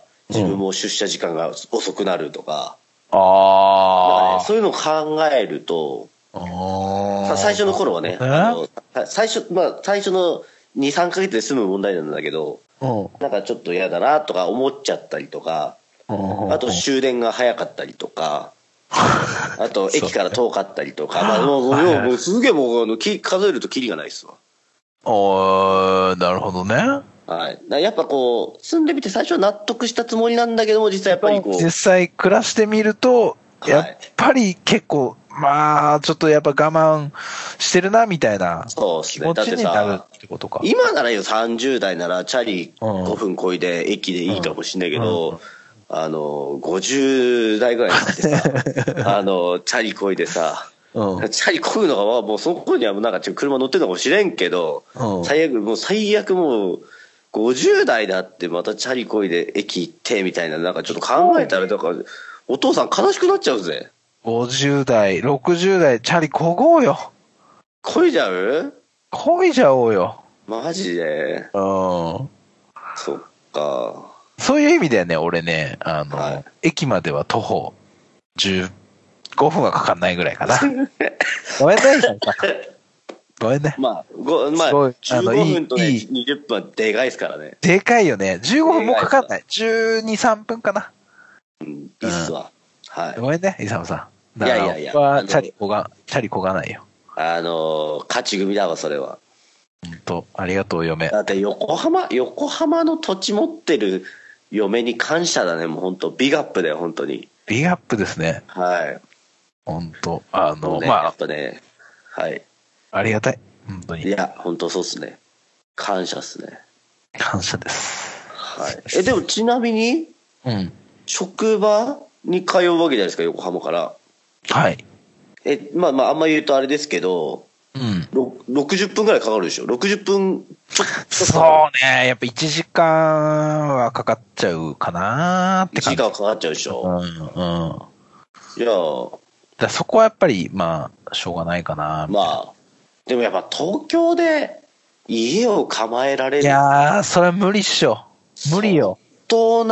自分も出社時間が遅くなるとか、そういうのを考えると、最初の頃はね、最初の2、3ヶ月で済む問題なんだけど、なんかちょっと嫌だなとか思っちゃったりとか、あと終電が早かったりとか、あと駅から遠かったりとか、もうすげえもう数えるとキリがないっすわ。 なるほどね。 はい。やっぱこう、住んでみて最初は納得したつもりなんだけども、実際やっぱりこう。 実際暮らしてみると、やっぱり結構、まあ、ちょっとやっぱ我慢してるな、みたいな気持ちになるってことか。 今ならよ、30代ならチャリ5分こいで駅でいいかもしんないけど、50代ぐらいになってさ、チャリこいでさ、チャリこぐのが、もうそこにはなんか車乗ってるのかもしれんけど、最悪もう50代だってまたチャリこいで駅行ってみたいな、なんかちょっと考えたら、だからお父さん悲しくなっちゃうぜ。 50代、60代、チャリこごうよ。 こいじゃう？ こいじゃおうよ。 マジで。そっか。 そういう意味ではね、俺ね、駅までは徒歩15分はかかんないぐらいかな。ごめんね、ごめんね。 まあ、15分とね、20分はでかいですからね。 でかいよね。15分もかかんない。12、3分かな。 いいっすわ。はい。 ごめんね、イサムさん。 いや。チャリこがないよ。 勝ち組だわ、それは。 ほんと、ありがとう、嫁。 だって横浜の土地持ってる嫁に感謝だね、もう本当ビッグアップだよ、本当に。 ビッグアップですね。 はい。 本当まあ。やっぱね、はい。 ありがたい。本当に。 いや、本当そうっすね。感謝っすね。 感謝です。 はい。でもちなみに、職場に通うわけじゃないですか、横浜から。 はい。 まあ、あんま言うとあれですけど、60分ぐらいかかるでしょ。60分ちょっと。 そうね。やっぱ1時間はかかっちゃうかなーって感じ。 1時間はかかっちゃうでしょ。いやそこはやっぱり、まあ、しょうがないかな。 まあ、でもやっぱ東京で家を構えられる。 いやー、それは無理っしょ。無理よ。 相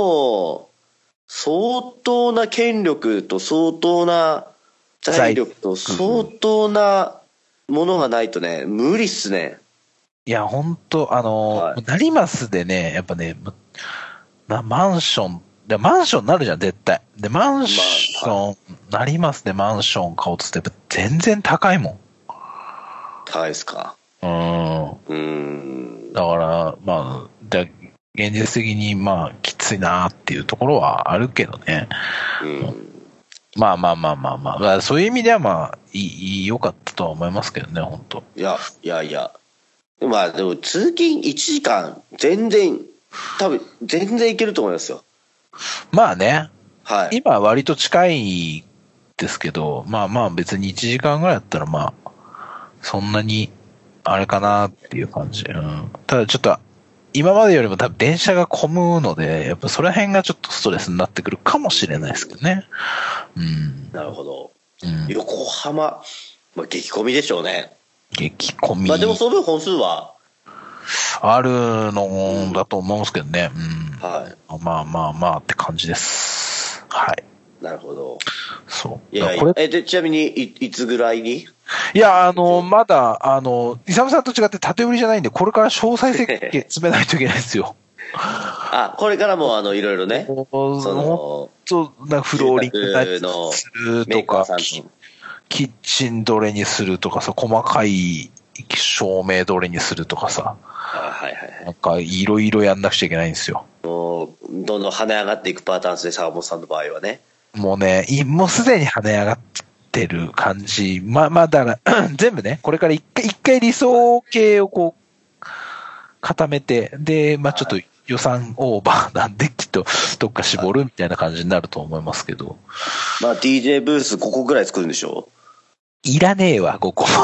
当な権力と相当な財力と相当なものがないとね、無理っすね。 いや、ほんと、成増でね、やっぱね、マンションになるじゃん、絶対。で、成増でマンション買おうとして、やっぱ全然高いもん。 高いっすか。 だから、まあ、現実的に、まあ、きついなっていうところはあるけどね。まあ、そういう意味では、まあ、良かったとは思いますけどね、本当。 いや。まあ、でも、通勤1時間、多分、全然いけると思いますよ。 まあね。 はい。 今は割と近いですけど、まあ別に1時間ぐらいだったら、まあ、 そんなに、あれかなっていう感じ。うん。ただちょっと、今までよりも多分電車が混むので、やっぱその辺がちょっとストレスになってくるかもしれないですけどね。うん。 なるほど。 うん、 横浜、まあ、激混みでしょうね。 激混み。 まあでもその分本数はあるのだと思うんですけどね。うん。 はい。 まあまあまあって感じです。はい。 なるほど。 そう。 いやいや、で、ちなみにいつぐらいに？ いや、まだ、イサムさんと違って縦売りじゃないんで、これから詳細設計詰めないといけないですよ。 あ、これからもいろいろね、 フローリングのするとか、キッチンどれにするとかさ、細かい照明どれにするとかさ、 はいはいはい。 なんかいろいろやんなくちゃいけないんですよ。 どんどん跳ね上がっていくパターンですね、坂本さんの場合はね。 もうね、もうすでに跳ね上がってる感じ。まあだから全部ね、これから一回理想形をこう、固めて、で、まあちょっと予算オーバーなんで、きっとどっか絞るみたいな感じになると思いますけど。 まあ DJ ブース5個ぐらい作るんでしょ？ いらねえわ、5個。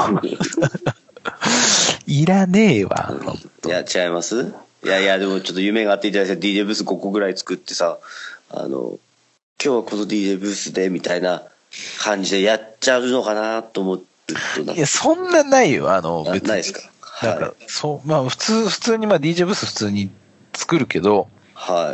いらねえわ。 いや、違います？いやいや、でもちょっと夢があっていただいて DJ ブース5個ぐらい作ってさ、今日はこの DJ ブースでみたいな感じでやっちゃうのかなと思って。 いや、そんなないよ、 別に。ないですか。 なんか、はい、そう、まあ普通にまあ DJ ブース普通に作るけど、 はい。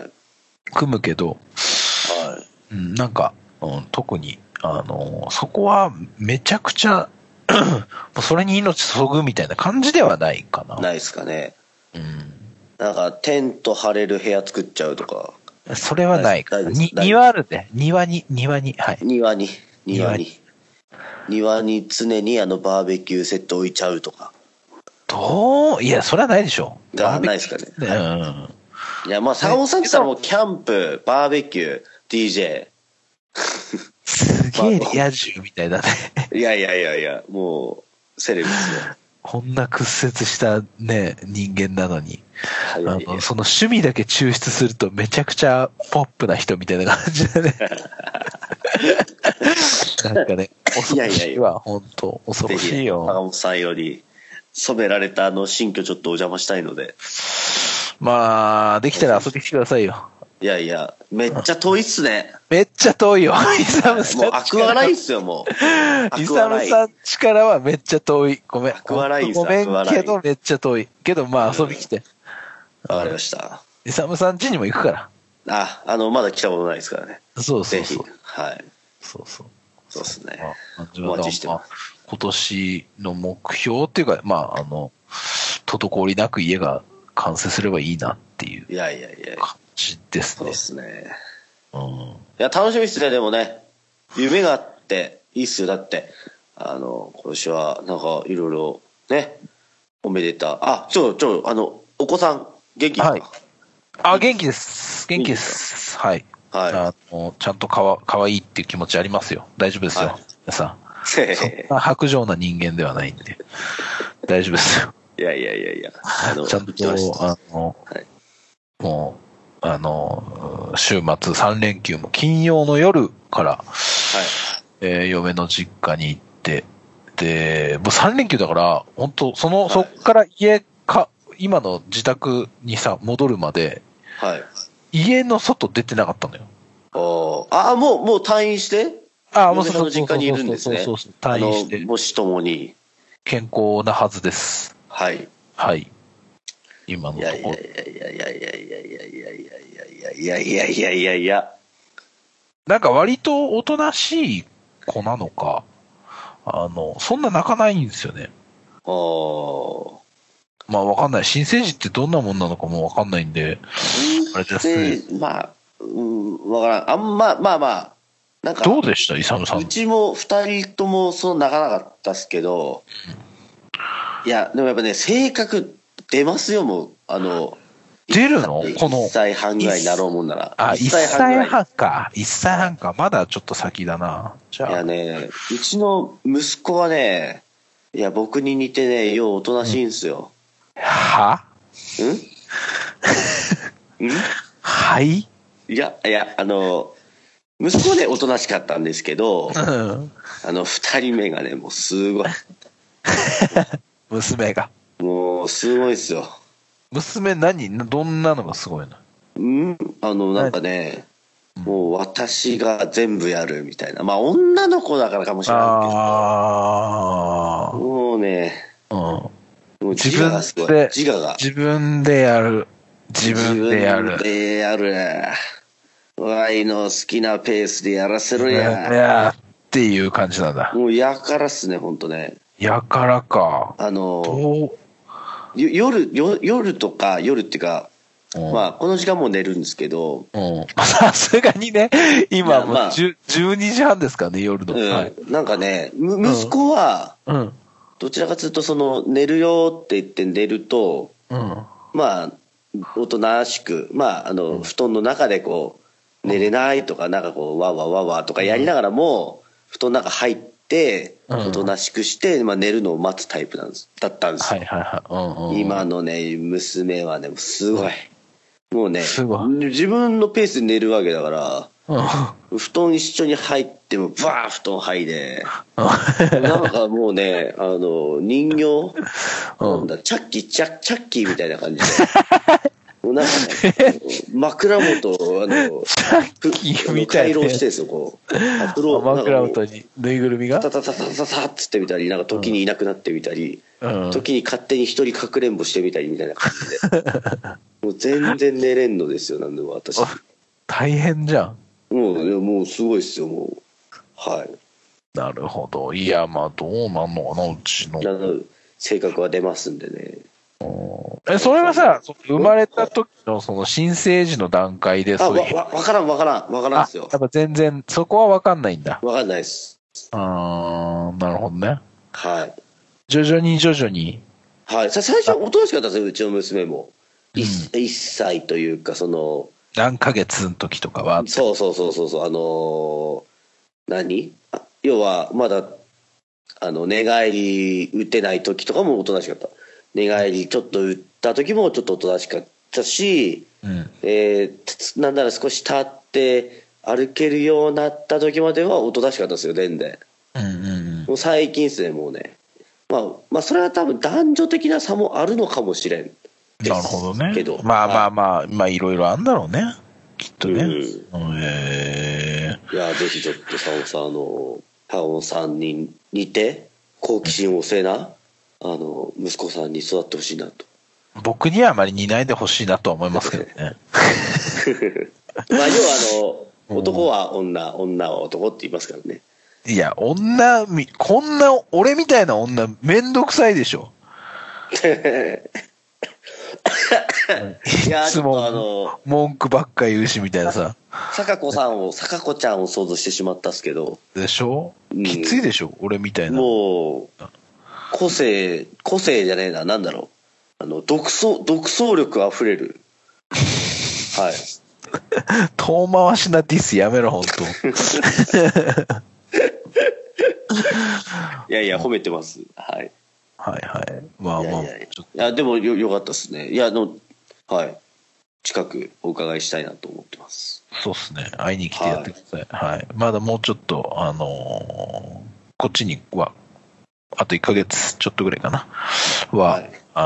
組むけど、 はい。 うん、なんか、特に、そこはめちゃくちゃ、それに命注ぐみたいな感じではないかな。 ないですかね。 うん。 なんか、テント張れる部屋作っちゃうとか。 それはないかな。庭あるで。庭に、はい。 庭に常にバーベキューセット置いちゃうとか。 いや、それはないでしょ。 ないですかね。 うん。 いや、まあ、坂本さんって言ったらもう、キャンプ、バーベキュー、DJ。 すげえリア充みたいだね。 いや、もう、セレブですよ。 こんな屈折したね、人間なのに。その趣味だけ抽出するとめちゃくちゃポップな人みたいな感じだね。なんかね、恐ろしいわ、本当恐ろしいよ。 坂本さんより染められた新居ちょっとお邪魔したいので。 まあ、できたら遊びに来てくださいよ。 いや、めっちゃ遠いっすね。 めっちゃ遠いよ。イサムさん。 もうアクアラインっすよ、もう。 イサムさん力はめっちゃ遠い。ごめん。 アクアラインごめんけどめっちゃ遠い。けどまあ遊び来て。 わかりました。 イサムさん家にも行くから。 まだ来たことないですからね。 そう。 ぜひ。はい。 そうっすね。 お待ちしてます。今年の目標っていうか、まあ、滞りなく家が完成すればいいなっていう感じですね。 そうですね。 うん。 いや、楽しみっすね、でもね。夢があっていいっすよ。だって、今年はなんかいろいろね、おめでた。お子さん元気ですか？ はい。元気です。元気です。はい。はい。ちゃんとかわいいっていう気持ちありますよ。大丈夫ですよ。はい、皆さん。そんな薄情な人間ではないんで。大丈夫ですよ。 いや。 ちゃんと、もう、週末3連休も金曜の夜から、嫁の実家に行って、で、もう3連休だから、本当そっから今の自宅にさ、戻るまで、家の外出てなかったのよ。 もう退院して？もうの実家にいるんですね。 退院して。 母子ともに。 健康なはずです。 はい。 今のところ。 いや。 なんか割とおとなしい子なのか、そんな泣かないんですよね。まあわかんない。新生児ってどんなもんなのかもわかんないんで、あれですね。 わからん。まあ。なんかどうでしたイサムさん。 うちも2人ともそう泣かなかったっすけど、いや、でもやっぱね、性格出ますよ、もう。 出るのこの。 1歳半ぐらいになろうもんなら。 1歳半か。1歳半か。まだちょっと先だな。 じゃあ。いやね、うちの息子はね、いや、僕に似てね、ようおとなしいんすよ。 は？はい？ いや、息子はね、おとなしかったんですけど、2人目がね、もうすごい。 娘が。 もう、すごいですよ。 娘どんなのがすごいの？ なんかね、もう私が全部やるみたいな。まあ女の子だからかもしれないけど。もうね、もう自我がすごい。自我が。 自分でやる。自分でやる。 自分でやる。ワイの好きなペースでやらせるや。 いやっていう感じなんだ。 もうやからっすね、ほんとね。 やからか。 夜とか、夜っていうか、まあ、この時間もう寝るんですけど。 さすがにね、今もう12時半ですかね、夜の。 なんかね、息子は、どちらかというと、寝るよって言って寝ると、まあ、おとなしく、まあ、布団の中でこう、寝れないとか、なんかこう、わわわわとかやりながらも、布団の中入って、おとなしくして、まあ、寝るのを待つタイプだったんですよ。今のね、娘はね、すごい。もうね、自分のペースで寝るわけだから、布団一緒に入っても、バー布団入れ。なんかもうね、人形、なんだ、チャッキーみたいな感じで。もうなんかね、枕元を、回廊してるんですよ、こう。 枕元にぬいぐるみがタタタタタタっつってみたり、なんか時にいなくなってみたり、時に勝手に一人かくれんぼしてみたりみたいな感じで。もう全然寝れんのですよ、なんでも私。 大変じゃん。 もうすごいですよ、もう。はい。 なるほど。いや、まあ、どうなんのかな、うちの。 性格は出ますんでね。 それはさ、生まれた時のその新生児の段階でそういう。 わからんですよ。 やっぱ全然、そこはわかんないんだ。 わかんないです。 なるほどね。 はい。 徐々に。 はい。最初はおとなしかったですよ、うちの娘も。1歳というか、 何ヶ月の時とかは。 そう。要は、まだ、寝返り打てない時とかもおとなしかった。寝返りちょっと打った時もちょっとおとなしかったし、なんなら少し経って歩けるようになった時まではおとなしかったですよ、全然。もう最近ですね、もうね。まあ、それは多分男女的な差もあるのかもしれん。 なるほどね。まあ、いろいろあるんだろうね。きっとね。 いや、ぜひちょっとタオンさんに似て、好奇心旺盛な、息子さんに育ってほしいなと。 僕にはあまり似ないでほしいなとは思いますけどね。 まあ、要は男は女、女は男って言いますからね。 いや、こんな、俺みたいな女、めんどくさいでしょ。いつも文句ばっか言うしみたいなさ。 坂子ちゃんを想像してしまったっすけど。 でしょ、きついでしょ、俺みたいな。 もう、個性じゃねえな、なんだろう。独創力あふれる。はい。 遠回しなディスやめろ、本当。 いや、褒めてます。はい。 はいはい。まあ。 いや、でもよかったですね。いや、はい。近くお伺いしたいなと思ってます。 そうですね。会いに来てやってください。はい。まだもうちょっと、こっちには、あと1ヶ月ちょっとぐらいかな。は、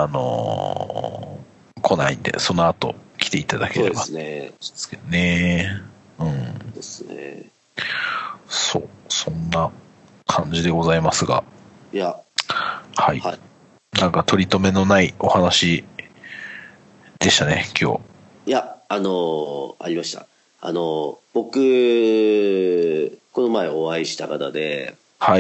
来ないんで、その後来ていただければ。 そうですね。 ですけどね。 ですね。 そう、そんな感じでございますが。 いや。 はい。なんか取り留めのないお話でしたね、今日。 いや、ありました。僕、この前お会いした方で、 はい。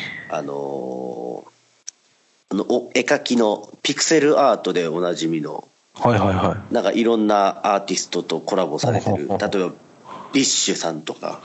絵描きのピクセルアートでおなじみの、なんかいろんなアーティストとコラボされてる、例えばビッシュさんとか、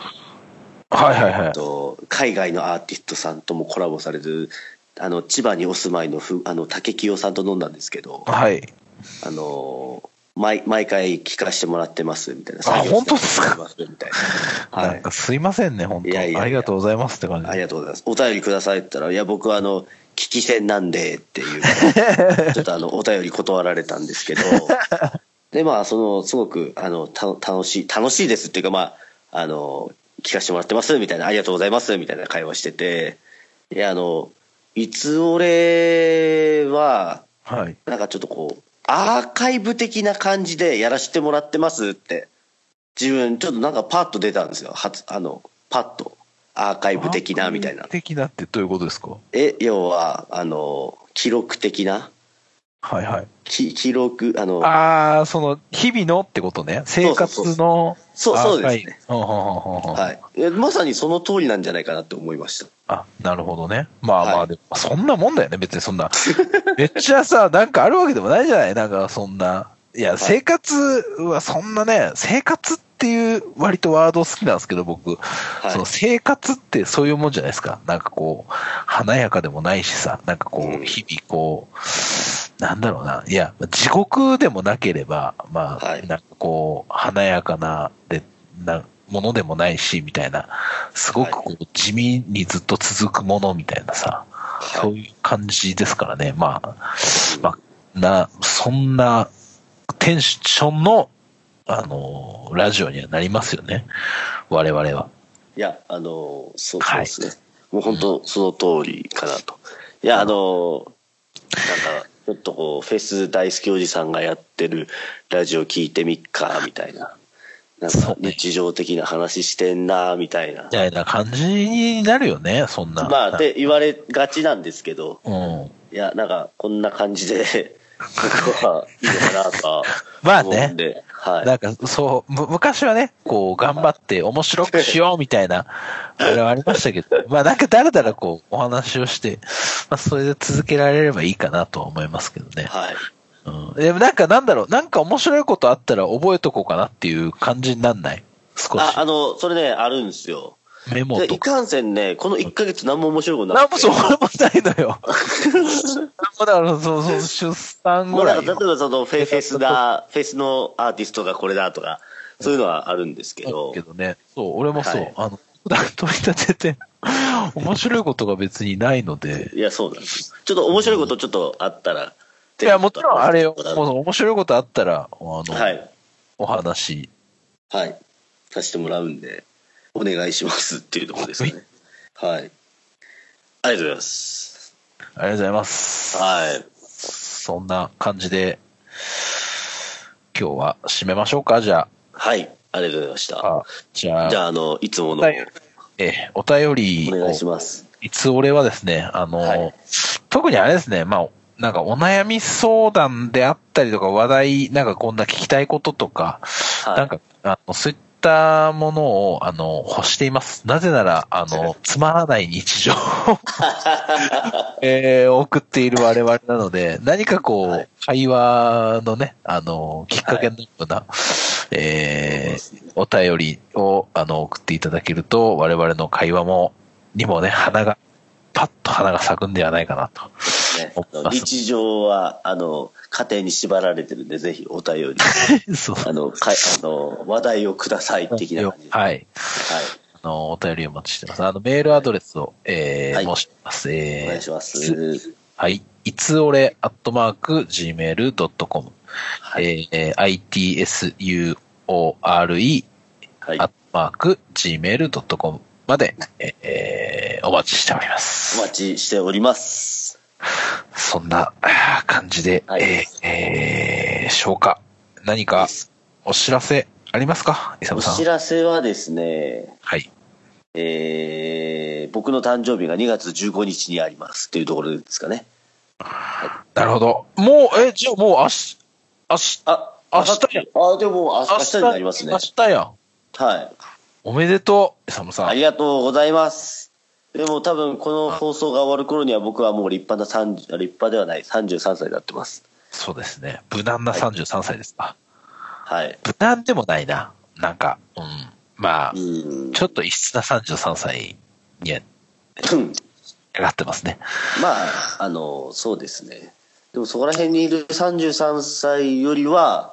海外のアーティストさんともコラボされてる、千葉にお住まいの竹清さんと飲んだんですけど、 はい。 毎回聞かせてもらってますみたいな。 本当ですか？ みたいな。 なんかすいませんね、本当。ありがとうございますって感じ。 ありがとうございます。お便りくださいって言ったら、いや、僕は聞き戦なんでっていう、ちょっとお便り断られたんですけど、で、まあ、すごく、楽しいですっていうか、まあ、聞かせてもらってますみたいな、ありがとうございますみたいな会話してて、いや、 いつ俺は、 はい。 なんかちょっとこう、アーカイブ的な感じでやらせてもらってますって、自分、ちょっとなんかパッと出たんですよ。パッと。アーカイブ的な、みたいな。 的なってどういうことですか？ 要は、記録的な。 はいはい。 記録、 ああ、その、日々のってことね。生活のそうですね。 はい。 まさにその通りなんじゃないかなって思いました。 あ、なるほどね。まあまあ、でも、そんなもんだよね。別にそんな。めっちゃさ、なんかあるわけでもないじゃないなんかそんな。いや、生活はそんなね、生活っていう割とワード好きなんですけど、僕。その生活ってそういうもんじゃないですか。なんかこう、華やかでもないしさ、なんかこう、日々こう、なんだろうな。いや、地獄でもなければ、まあ、なんかこう、華やかな、ものでもないし、みたいな。すごくこう、地味にずっと続くものみたいなさ。そういう感じですからね。まあ、そんなテンションの、ラジオにはなりますよね。我々は。 いや、そうですね。もう本当その通りかなと。いや、なんか、ちょっとこう、フェス大好きおじさんがやってるラジオ聞いてみっか、みたいな。なんか日常的な話してんな、みたいな。みたいな感じになるよね、そんな。 まあ、って言われがちなんですけど。 うん。 いや、なんか、こんな感じで、僕はいいのかなとまあ思うんで。 ね。なんか、そう、昔はね、こう、頑張って面白くしようみたいな、あれはありましたけど、まあなんかだらだらこう、お話をして、まあそれで続けられればいいかなとは思いますけどね。 はい。 うん。でもなんかなんだろう、なんか面白いことあったら覚えとこうかなっていう感じになんない？少し。 それね、あるんですよ。 メモとか。 いかんせんね、この1ヶ月何も面白いことなくて。 何もそうもないのよ。だから、出産ぐらい。 例えばそのフェスのアーティストがこれだとか、そういうのはあるんですけど。 ね、そう、俺もそう。普段取り立てて、面白いことが別にないので。 いや、そうなんです。ちょっと面白いことちょっとあったら。 いや、もちろんあれよ。もう面白いことあったら、お話。 はい。させてもらうんで、お願いしますっていうところですね。はい。ありがとうございます。 ありがとうございます。 はい。 そんな感じで、今日は締めましょうか、じゃあ。 はい。ありがとうございました。 じゃあ、 いつもの。 お便りお願いします。 いつ俺はですね、特にあれですね、まあ、なんかお悩み相談であったりとか話題、なんかこんな聞きたいこととか、なんか、そういったものを、欲しています。なぜなら、つまらない日常を送っている我々なので、何かこう、会話のね、きっかけになるような、お便りを、送っていただけると、我々の会話にもね、パッと花が咲くんではないかなと。 日常は、家庭に縛られてるんで、ぜひお便り。 そう。 話題をください、的な感じで。 はい。お便りをお待ちしてます。メールアドレスを、申します。 お願いします。 はい。いつおれ@gmail.com。itsure @gmail.com まで、お待ちしております。 お待ちしております。 そんな感じで、しょうか。何かお知らせありますか、イサムさん。 お知らせはですね、 はい。 僕の誕生日が2月15日にありますっていうところですかね。 なるほど。もう、じゃあもう明日や。 でも明日になりますね。 明日や。 はい。 おめでとう、イサムさん。 ありがとうございます。でも多分この放送が終わる頃には僕はもう立派ではない33歳になってます。 そうですね。無難な33歳ですか。 はい。 無難でもないな。なんか、まあ、ちょっと異質な33歳に上がってますね。 まあ、そうですね。でもそこら辺にいる33歳よりは、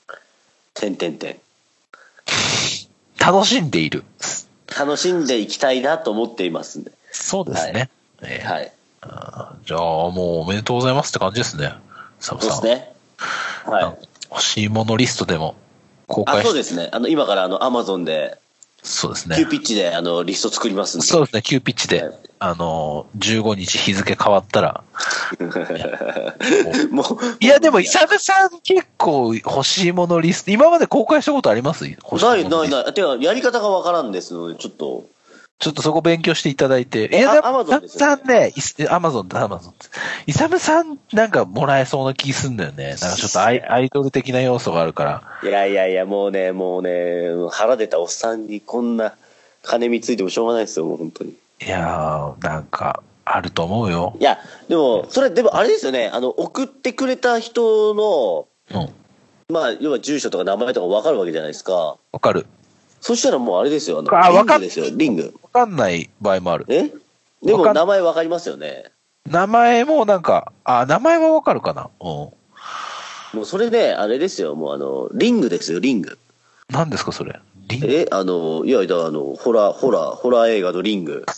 楽しんでいる。 楽しんでいきたいなと思っていますんで。 そうですね。 はい。 じゃあ、もうおめでとうございますって感じですね。 そうですね。はい。 欲しいものリストでも公開して。 そうですね。今からAmazonで、 そうですね。 急ピッチでリスト作りますんで。 そうですね、急ピッチで。 15日日付変わったら。 もう。 いや、でも、イサムさん結構欲しいものリスト、今まで公開したことあります？ない。 てか、やり方がわからんですので、ちょっとそこ勉強していただいて。いや、 アマゾンですね。アマゾン。イサムさんなんかもらえそうな気すんだよね。なんかちょっとアイドル的な要素があるから。 いや、もうね、腹出たおっさんにこんな金見ついてもしょうがないですよ、もう本当に。 いやー、なんか、あると思うよ。 いや、でもあれですよね、送ってくれた人の、まあ、要は住所とか名前とか分かるわけじゃないですか。 分かる。 そしたらもうあれですよ、リングですよ、リング。 分かんない場合もある。 でも名前分かりますよね。 名前もなんか、名前は分かるかな。 もうそれで、あれですよ、もうリングですよ、リング。 何ですか、それ。 いや、ホラー映画のリング。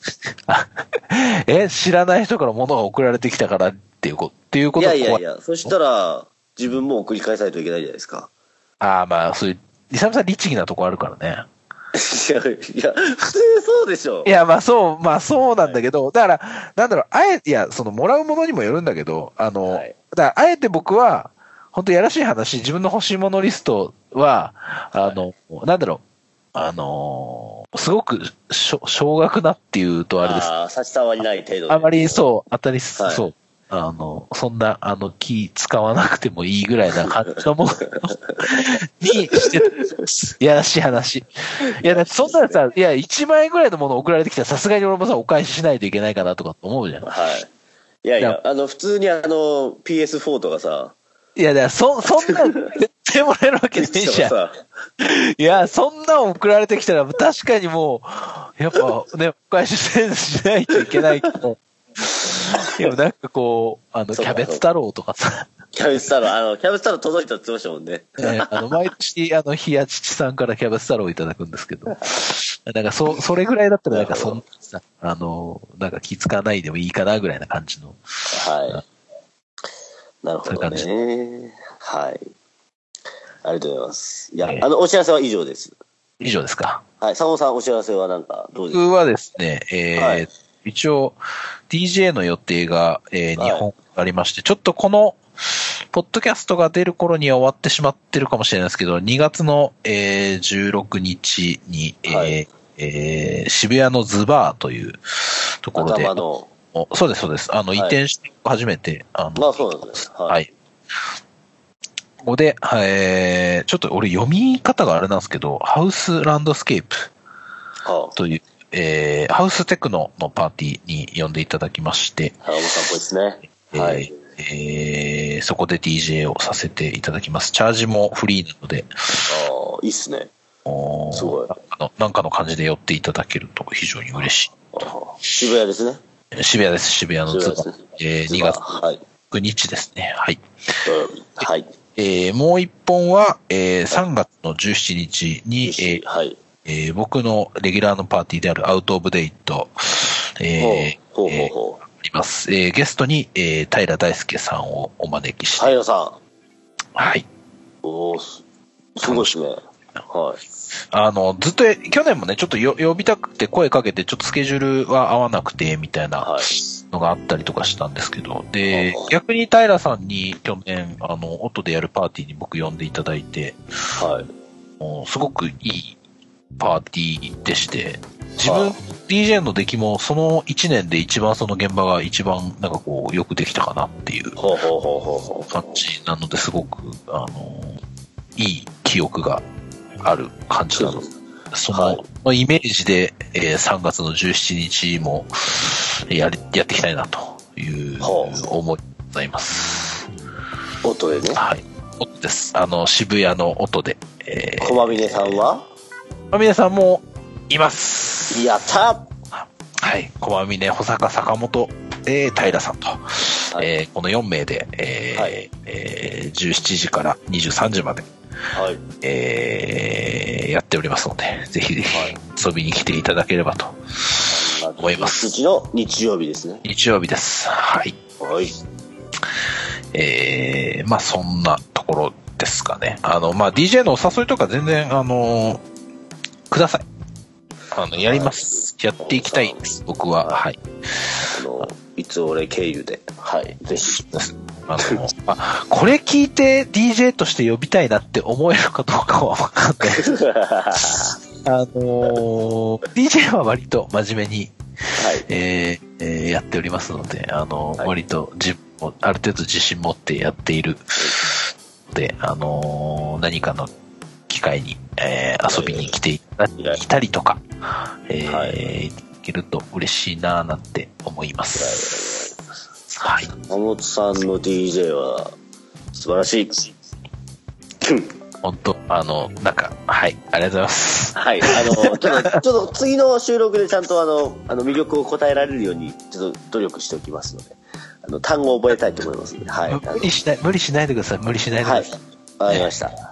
知らない人から物が送られてきたからっていうこといや、そしたら、自分も送り返さないといけないじゃないですか。 まあ、そういう、イサムさん律儀なとこあるからね。 いや、普通そうでしょ。 いや、そうなんだけど、だから、なんだろう、もらうものにもよるんだけど、だからあえて僕は、本当やらしい話、自分の欲しいものリストは、なんだろう、すごく少額なっていうとあれです。 差し障りない程度で。 あまりそう、当たりそう。そんな、気使わなくてもいいぐらいな感じのものにしてた。やらしい話。いや、だってそんなさ、1万円ぐらいのもの送られてきたらさすがに俺もさ、お返ししないといけないかなとか思うじゃん。 はい。いや、普通にPS4 とかさ。 いや、だからそんな、絶対もらえるわけないじゃん。いや、そんな送られてきたら、確かにもう、やっぱね、お返ししないといけないけど、いや、なんかこう、キャベツ太郎とかさ。 キャベツ太郎届いたって言ってましたもんね。 毎年、ひやちちさんからキャベツ太郎をいただくんですけど、なんかそれぐらいだったら、なんかそんなさ、なんか気使わないでもいいかなぐらいな感じの。 はい。なるほどね。はい。ありがとうございます。いや、お知らせは以上です。 以上ですか。 はい。佐野さん、お知らせはなんか、どうですか？ 僕はですね、一応、DJ の予定が、2本ありまして、ちょっとこの、ポッドキャストが出る頃には終わってしまってるかもしれないですけど、2月の、16日に、渋谷のズバーというところで、そうです。移転して初めて、 そうなんですね。 はい。ここで、ちょっと俺読み方があれなんですけど、ハウスランドスケープという、ハウステクノのパーティーに呼んでいただきまして、 面白いですね。はい。 そこで DJ をさせていただきます。チャージもフリーなので、 いいっすね。すごい。 なんかの感じで寄っていただけると非常に嬉しい。 渋谷ですね。 渋谷です。渋谷のズバー。2月9日ですね。はい。 はい。 もう一本は、3月の17日に、僕のレギュラーのパーティーであるアウトオブデイト、あります。ゲストに、平大輔さんをお招きして。 平さん。 はい。 すごいですね。はい。 ずっと、去年もね、ちょっと呼びたくて声かけて、ちょっとスケジュールは合わなくて、みたいなのがあったりとかしたんですけど、で、逆に平さんに去年、音でやるパーティーに僕呼んでいただいて、 はい。 すごくいいパーティーでして、自分、DJ の出来もその1年で一番その現場が一番なんかこうよくできたかなっていう感じなので、すごく、いい記憶がある感じなので、そのイメージで、3月の17日もやっていきたいなという思いでございます。 音でね。 はい。音です。渋谷の音で。 駒峰さんは？ 駒峰さんもいます。 やったはい。駒峰、保坂、坂本、平さんと、この4名で、17時から23時まで、やっておりますので、ぜひぜひ遊びに来ていただければと思います。 うちの日曜日ですね。 日曜日です。はい。 はい。 まあそんなところですかね。まあ DJ のお誘いとか全然、ください。やります。 やっていきたいです、僕は。はい。 いつ俺経由で。はい。ぜひ。 これ聞いて DJ として呼びたいなって思えるかどうかはわかんないです。DJ は割と真面目に、はいやっておりますので、はい、割とある程度自信持ってやっているので、何かの機会に、遊びに来ていたりとか、いけると嬉しいなぁなんて思います。はい。 山本さんの DJ は素晴らしい。 本当なんか、はい、ありがとうございます。 はい、ちょっと次の収録でちゃんと魅力を答えられるように、ちょっと努力しておきますので、単語を覚えたいと思いますので、はい。 無理しないでください、無理しないでください。 はい、わかりました。はい。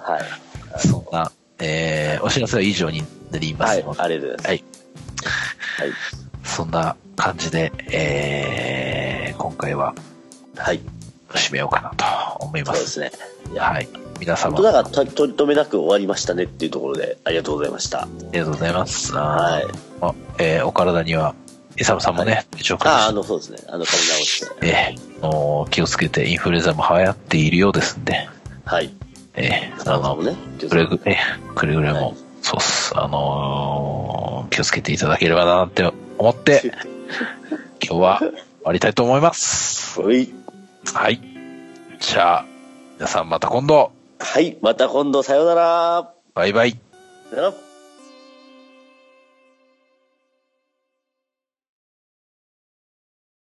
そんな、お知らせは以上になりますので。 はい、ありがとうございます。 はい。そんな感じで、今回は、 はい。 締めようかなと思います。 そうですね。 はい。皆様。 本当だから取り留めなく終わりましたねっていうところで、ありがとうございました。 ありがとうございます。 はい。 お体には、イサムさんもね、 そうですね。髪直して。 気をつけて、インフルエンザも流行っているようですんで。 はい。 くれぐれも、そうっす。気をつけていただければなって思って、今日は終わりたいと思います。 はい。 はい。じゃあ、皆さんまた今度。 はい。また今度、さようなら。 バイバイ。 さよなら。